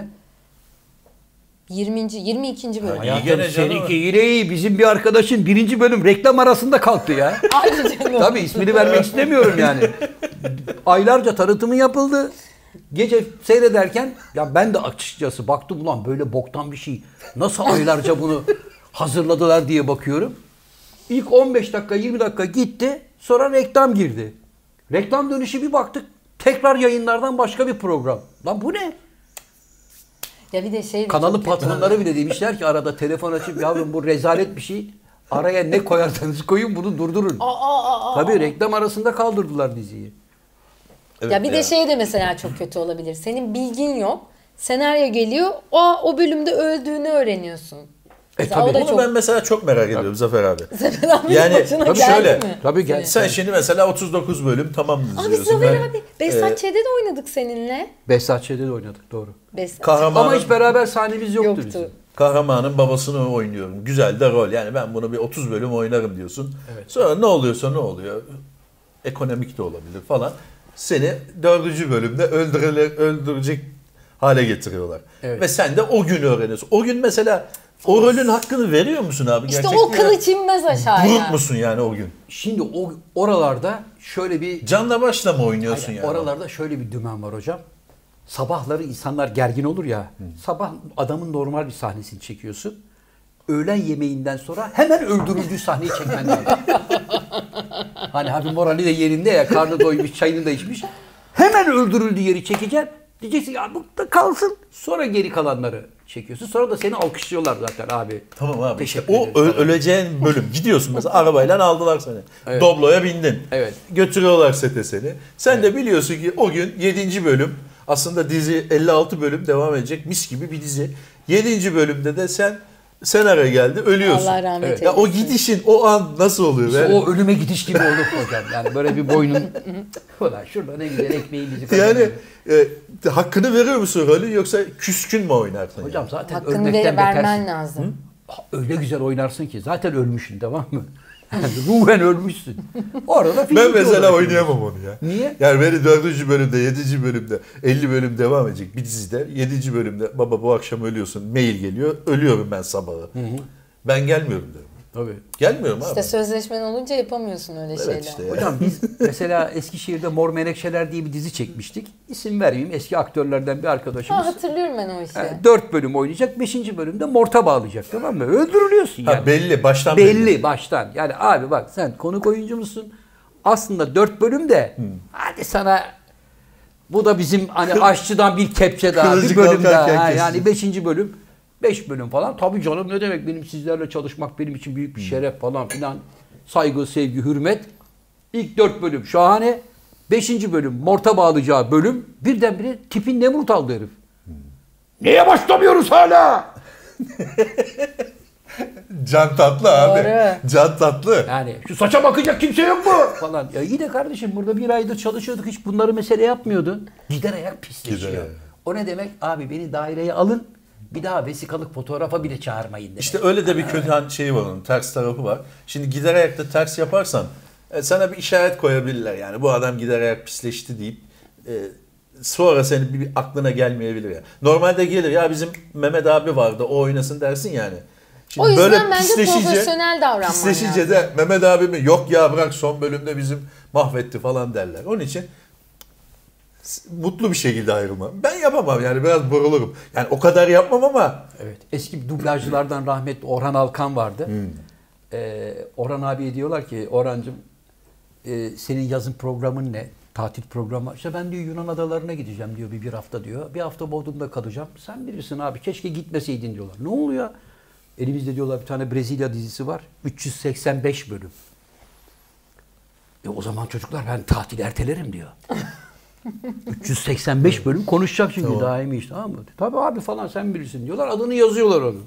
S2: yirminci yirmi ikinci bölüm.
S1: Hayatım seninki yine iyi. Bizim bir arkadaşın birinci bölüm reklam arasında kalktı ya.
S2: Aynı canım.
S1: Tabii ismini vermek istemiyorum yani. Aylarca tanıtımı yapıldı. Gece seyrederken ya ben de açıkçası baktım, ulan böyle boktan bir şey. Nasıl aylarca bunu hazırladılar diye bakıyorum. İlk on beş dakika yirmi dakika gitti. Sonra reklam girdi. Reklam dönüşü bir baktık. Tekrar yayınlardan başka bir program. Lan bu ne?
S2: Ya bir de şey
S1: Kanalı patronları bile demişler ki arada telefon açıp yavrum bu rezalet bir şey. Araya ne koyarsanız koyun bunu durdurun.
S2: Aa, aa, aa,
S1: Tabii reklam arasında kaldırdılar diziyi.
S3: Evet,
S2: ya bir de
S3: yani.
S2: şey de mesela çok kötü olabilir. Senin bilgin yok. Senaryo geliyor. O o bölümde öldüğünü öğreniyorsun.
S1: E tabii.
S2: o da
S3: Bunu
S2: çok...
S3: ben mesela çok merak ediyorum Zafer abi.
S2: Zafer abi
S3: Yani
S2: başına
S3: tabii
S2: geldi
S3: şöyle,
S2: mi?
S1: Tabii gel.
S3: Sen şimdi mesela otuz dokuz bölüm tamam
S2: Abi
S3: izliyorsun.
S2: Zafer
S3: Ben,
S2: abi Behzat
S3: e,
S2: Ç'de de oynadık seninle.
S1: Behzat Ç'de de oynadık, doğru.
S2: Behzat.
S3: kahramanın,
S1: Ama hiç beraber sahnemiz yoktu,
S2: Yoktu.
S1: bizim.
S3: kahramanın babasını oynuyorum. Güzel de rol. Yani ben bunu bir otuz bölüm oynarım diyorsun.
S1: Evet.
S3: Sonra ne oluyorsa ne oluyor. Ekonomik de olabilir falan. Seni dördüncü bölümde öldürele, öldürecek hale getiriyorlar.
S1: Evet.
S3: Ve sen de o gün öğreniyorsun. O gün mesela o rolün hakkını veriyor musun abi?
S2: İşte
S3: Gerçekten
S2: o kılıç inmez aşağıya.
S3: Buruk musun yani o gün?
S1: Şimdi o oralarda şöyle bir
S3: Canla başla mı oynuyorsun
S1: Aynen,
S3: yani?
S1: oralarda şöyle bir dümen var hocam. Sabahları insanlar gergin olur ya. Hı. Sabah adamın normal bir sahnesini çekiyorsun. Öğlen yemeğinden sonra hemen öldürüldüğü sahneyi çekmen lazım. Hani abi morali de yerinde ya, karnı doymuş, çayını da içmiş. Hemen öldürüldüğü yeri çekeceksin. Diyeceksin ya bu da kalsın. Sonra geri kalanları çekiyorsun. Sonra da seni alkışlıyorlar zaten abi.
S3: Tamam abi. İşte
S1: Teşekkür
S3: o
S1: ederiz
S3: ö-
S1: falan.
S3: öleceğin bölüm. Gidiyorsun mesela arabayla aldılar seni.
S1: Evet.
S3: Doblo'ya bindin.
S1: Evet.
S3: Götürüyorlar sete seni. Sen de biliyorsun ki o gün yedinci bölüm. Aslında dizi elli altı bölüm devam edecek. Mis gibi bir dizi. yedinci bölümde de sen senaryo geldi, ölüyorsun.
S2: Allah rahmet
S1: Evet.
S3: Ya o
S2: eylesin.
S3: gidişin o an nasıl oluyor?
S1: İşte
S3: Yani,
S1: o ölüme gidiş gibi olduk hocam. Yani böyle bir boynun. Ulan şurada ne güzel ekmeğimizi
S3: yani
S1: kazanıyoruz.
S3: e, hakkını veriyor musun rolü yoksa küskün mü oynarsın?
S1: Hocam
S3: yani?
S1: zaten
S2: Hakkını
S1: ölmekten
S2: ver, vermen
S1: betersin.
S2: lazım.
S1: Ha, öyle güzel oynarsın ki zaten ölmüşsün, tamam mı? Yani ruhen ölmüşsün. Orada
S3: Ben
S1: fiziki
S3: mesela
S1: olarak
S3: oynayamam onu ya.
S1: Niye?
S3: Yani beni dördüncü bölümde, yedinci bölümde, elli bölüm devam edecek bir dizide. yedinci bölümde baba bu akşam ölüyorsun. Mail geliyor. Ölüyorum ben sabahı. Hı hı. Ben gelmiyorum derim.
S1: Tabii.
S3: Gelmiyorum abi.
S2: İşte sözleşmen olunca yapamıyorsun öyle
S3: Evet
S2: şeyler.
S3: işte ya.
S1: Hocam biz mesela Eskişehir'de Mor Menekşeler diye bir dizi çekmiştik. İsim vermeyeyim. Eski aktörlerden bir arkadaşımız.
S2: Ha, hatırlıyorum ben o işi.
S1: Yani dört bölüm oynayacak. Beşinci bölümde morta bağlayacak, tamam mı? Öldürülüyorsun yani.
S3: Ha, belli baştan
S1: belli.
S3: belli.
S1: baştan. Yani abi bak sen konuk oyuncu musun? Aslında dört bölümde
S3: Hmm.
S1: hadi sana bu da bizim hani aşçıdan bir kepçe daha,
S3: Kılıcı
S1: bir bölüm daha.
S3: kalkarken
S1: Ha,
S3: kesecek.
S1: yani beşinci bölüm. Beş bölüm falan. Tabii canım ne demek, benim sizlerle çalışmak benim için büyük bir şeref falan filan. Saygı, sevgi, hürmet. İlk dört bölüm şahane. Beşinci bölüm morta bağlayacağı bölüm. Birdenbire tipin Nemrut aldı herif. Niye başlamıyoruz hala?
S3: Can tatlı abi.
S2: Doğru.
S3: Can tatlı.
S1: Yani şu saça bakacak kimse yok mu? Falan. Ya iyi de kardeşim burada bir aydır çalışıyorduk, hiç bunları mesele yapmıyordun. Gider ayak pisleşiyor.
S3: Gider ayak.
S1: O ne demek? Abi beni daireye alın. Bir daha vesikalık fotoğrafa bile çağırmayın demek.
S3: İşte öyle de bir kötü han- şeyi var onun. Ters tarafı var. Şimdi gider ayakta ters yaparsan e, sana bir işaret koyabilirler. Yani bu adam gider ayak pisleşti deyip e, sonra senin bir, bir aklına gelmeyebilir ya. Normalde gelir ya bizim Mehmet abi vardı o oynasın dersin yani. Şimdi
S2: O yüzden bence profesyonel davranman
S3: pisleşince
S2: lazım.
S3: de Mehmet abi mi yok ya bırak son bölümde bizim mahvetti falan derler. Onun için mutlu bir şekilde ayrılma. Ben yapamam yani biraz burulurum. Yani o kadar yapmam ama.
S1: Evet. Eski dublajcılardan rahmetli Orhan Alkan vardı.
S3: Hmm.
S1: Ee, Orhan abiye diyorlar ki Orhancığım e, senin yazın programın ne? Tatil programı. İşte ben diyor Yunan adalarına gideceğim diyor bir, bir hafta diyor. Bir hafta Bodrum'da kalacağım. Sen bilirsin abi keşke gitmeseydin diyorlar. Ne oluyor? Elimizde diyorlar bir tane Brezilya dizisi var. üç yüz seksen beş bölüm. E o zaman çocuklar ben tatil ertelerim diyor. üç yüz seksen beş bölüm konuşacak çünkü
S3: Tamam.
S1: daimi iş, tamam mı? Tabii abi falan sen bilirsin diyorlar. Adını yazıyorlar onu.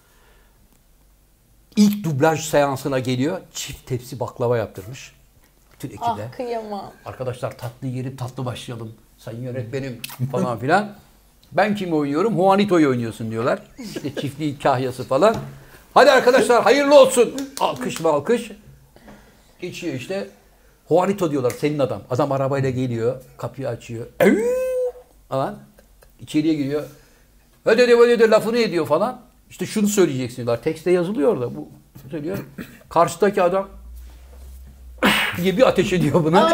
S1: İlk dublaj seansına geliyor. Çift tepsi baklava yaptırmış. Bütün ekibe.
S2: Ah kıyamam.
S1: Arkadaşlar tatlı yiyelim, tatlı başlayalım. Sayın yönetmenim falan filan. Ben kimi oynuyorum? Juanito'yu oynuyorsun diyorlar. İşte çiftliğin kahyası falan. Hadi arkadaşlar hayırlı olsun. Alkış mı alkış. Geçiyor işte. Juanito diyorlar, senin adam. Adam arabayla geliyor, kapıyı açıyor. Eyyy! Falan. İçeriye giriyor. Hadi hadi hadi lafını ediyor falan. İşte şunu söyleyeceksin diyorlar. Tekste yazılıyor da bu söylüyor. Karşıdaki adam diye bir ateş ediyor buna.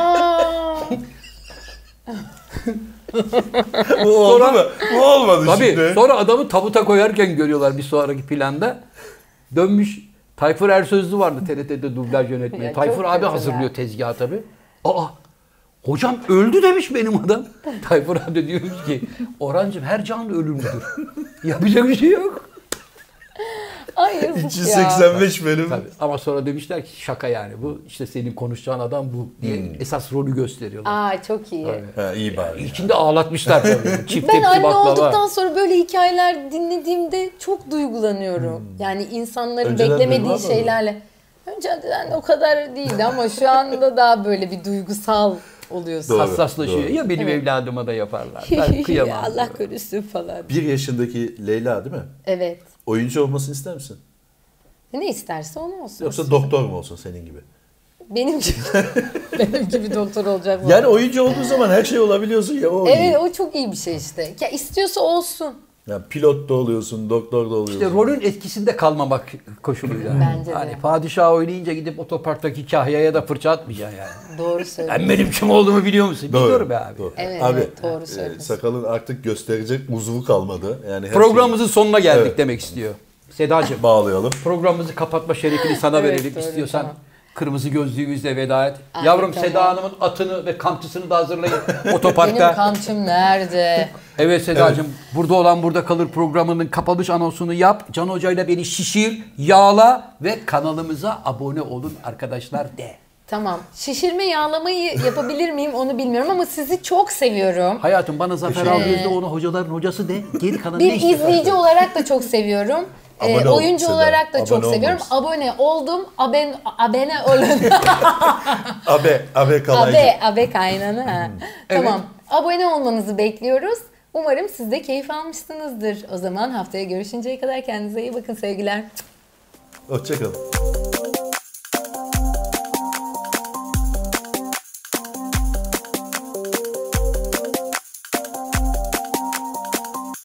S3: Bu oldu mu? Bu olmadı
S1: Tabii
S3: şimdi.
S1: sonra adamı tabuta koyarken görüyorlar bir sonraki planda. Dönmüş. Tayfur Ersözlü vardı T R T'de dublaj yönetmeni.
S2: Ya
S1: Tayfur
S2: çok
S1: abi
S2: kötü
S1: hazırlıyor
S2: ya.
S1: tezgahı tabii. Aa hocam öldü demiş benim adam. Tayfur abi diyormuş ki Orhancığım her canlı ölümlüdür. Yapacak bir şey yok.
S2: Ay yazık
S3: üç yüz
S2: ya.
S3: seksen beş bölüm.
S1: Tabii. Ama sonra demişler ki şaka yani bu işte senin konuşacağın adam bu diye
S3: Hmm.
S1: esas rolü gösteriyorlar.
S2: Aa çok iyi.
S1: Tabii.
S3: Ha, iyi bari.
S1: İçinde ağlatmışlar tabii. Çift
S2: Ben
S1: tepsi
S2: anne
S1: baklava.
S2: olduktan sonra böyle hikayeler dinlediğimde çok duygulanıyorum. Yani insanların
S3: Önceden
S2: beklemediği
S3: duygulanmadın mı?
S2: şeylerle. Önceden o kadar değildi ama şu anda daha böyle bir duygusal oluyorsun.
S3: Doğru.
S1: Hassaslaşıyor.
S3: doğru.
S1: Ya benim
S2: Evet.
S1: evladıma da yaparlar. Ben kıyamam.
S2: Allah korusun falan.
S3: Bir yaşındaki Leyla değil mi?
S2: Evet.
S3: Oyuncu olmasını ister misin?
S2: Ne isterse onu olsun.
S3: Yoksa doktor mu olsun senin gibi?
S2: Benim gibi, benim gibi doktor olacak mı?
S3: Yani oyuncu olduğu zaman her şey olabiliyorsun ya o iyi.
S2: Evet o çok iyi bir şey işte. Ya istiyorsa olsun.
S3: Ya pilot da oluyorsun, doktor da oluyorsun.
S1: İşte rolün etkisinde kalmamak koşuluyla.
S2: Bence de.
S1: Hani padişah oynayınca gidip otoparktaki kahyaya da fırça atmayacaksın yani.
S2: Doğru söylüyorsun.
S1: Ben benim kim olduğumu biliyor musun?
S3: Doğru,
S1: Biliyorum be abi.
S3: doğru.
S2: Evet,
S3: Abi,
S2: evet, doğru
S3: e,
S2: söylüyorsun.
S3: sakalın artık gösterecek uzvu kalmadı. Yani her
S1: Programımızın sonuna geldik
S3: Evet.
S1: demek istiyor. Sedacığım
S3: şeyi bağlayalım.
S1: programımızı kapatma şerefini sana
S2: Evet,
S1: verelim.
S2: doğru,
S1: İstiyorsan
S2: tamam.
S1: kırmızı gözlüğümüzle veda et.
S2: Ay,
S1: Yavrum
S2: tamam.
S1: Seda Hanım'ın atını ve kamçısını da hazırlayın
S2: Benim
S1: otoparkta.
S2: kamçım nerede?
S1: Evet Sedacığım, burada olan burada kalır programının kapanış anonsunu yap. Can Hoca ile beni şişir, yağla ve kanalımıza abone olun arkadaşlar de.
S2: Tamam. Şişirme yağlamayı yapabilir miyim onu bilmiyorum ama sizi çok seviyorum.
S1: Hayatım bana Zafer
S3: Teşekkür
S1: Algöz'de onu hocaların hocası de. Geri kalan
S2: Bir
S1: ne istiyorsan.
S2: izleyici olarak da çok seviyorum. Ee,
S3: Abone ol
S2: oyuncu
S3: Seda,
S2: olarak da
S3: abone
S2: çok seviyorum.
S3: olmalısın.
S2: Abone oldum. Aben, abone olun.
S3: Abe, abe kalaycı.
S2: abe, abe kaynana. Tamam. Abone olmanızı bekliyoruz. Umarım siz de keyif almışsınızdır. O zaman haftaya görüşünceye kadar kendinize iyi bakın sevgiler.
S3: Hoşçakalın.